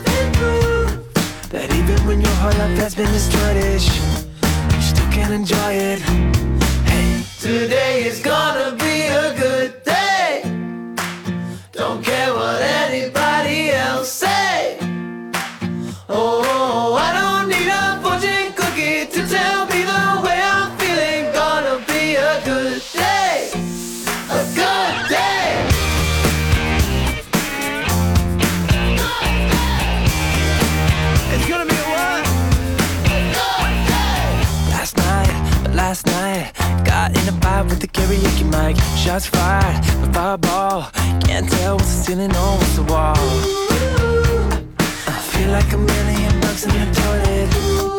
That even when your whole life has been destroyed, you still can't enjoy it. Hey, today is gonna be a good day. Don't care what anybody else say. Oh, I don't need a fortune cookie to tell me the way I'm feeling. Gonna be a good day. A good day. It's gonna be a what? A good day. Last night, got in a fight with the karaoke mic. Shots fired, a fireball. Can't tell what's the ceiling or what's the wall. I feel like $1 million in the toilet.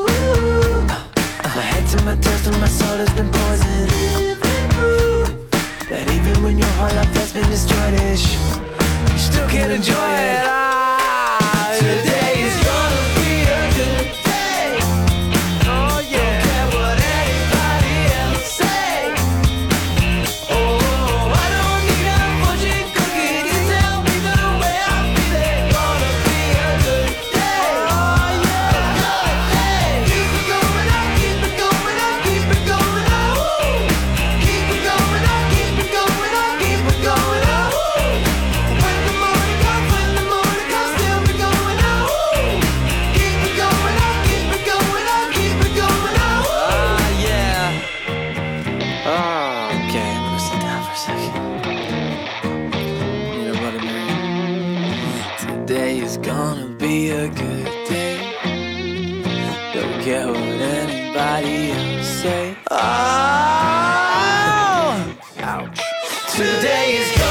My head to my toes to my soul has been poisoned. That even when your whole life has been destroyed, you still can't enjoy it. Today is gonna be a good day. Oh yeah. Don't care what anybody else say. Oh, I don't need a fortune cookie to tell me the way I'm feeling. Gonna be a good day. Oh yeah. A good day. Keep it going up, keep it going up, keep it going up. Keep it going up, keep it going up, keep it going up. When the morning comes, still be going up. Keep it going up, keep it going up, keep it going up. Yeah. Okay, I'm gonna sit down for a second. Need a Bloody Mary. Today is gonna be a good day. Don't care what anybody else say. Oh, ouch. Today is gonna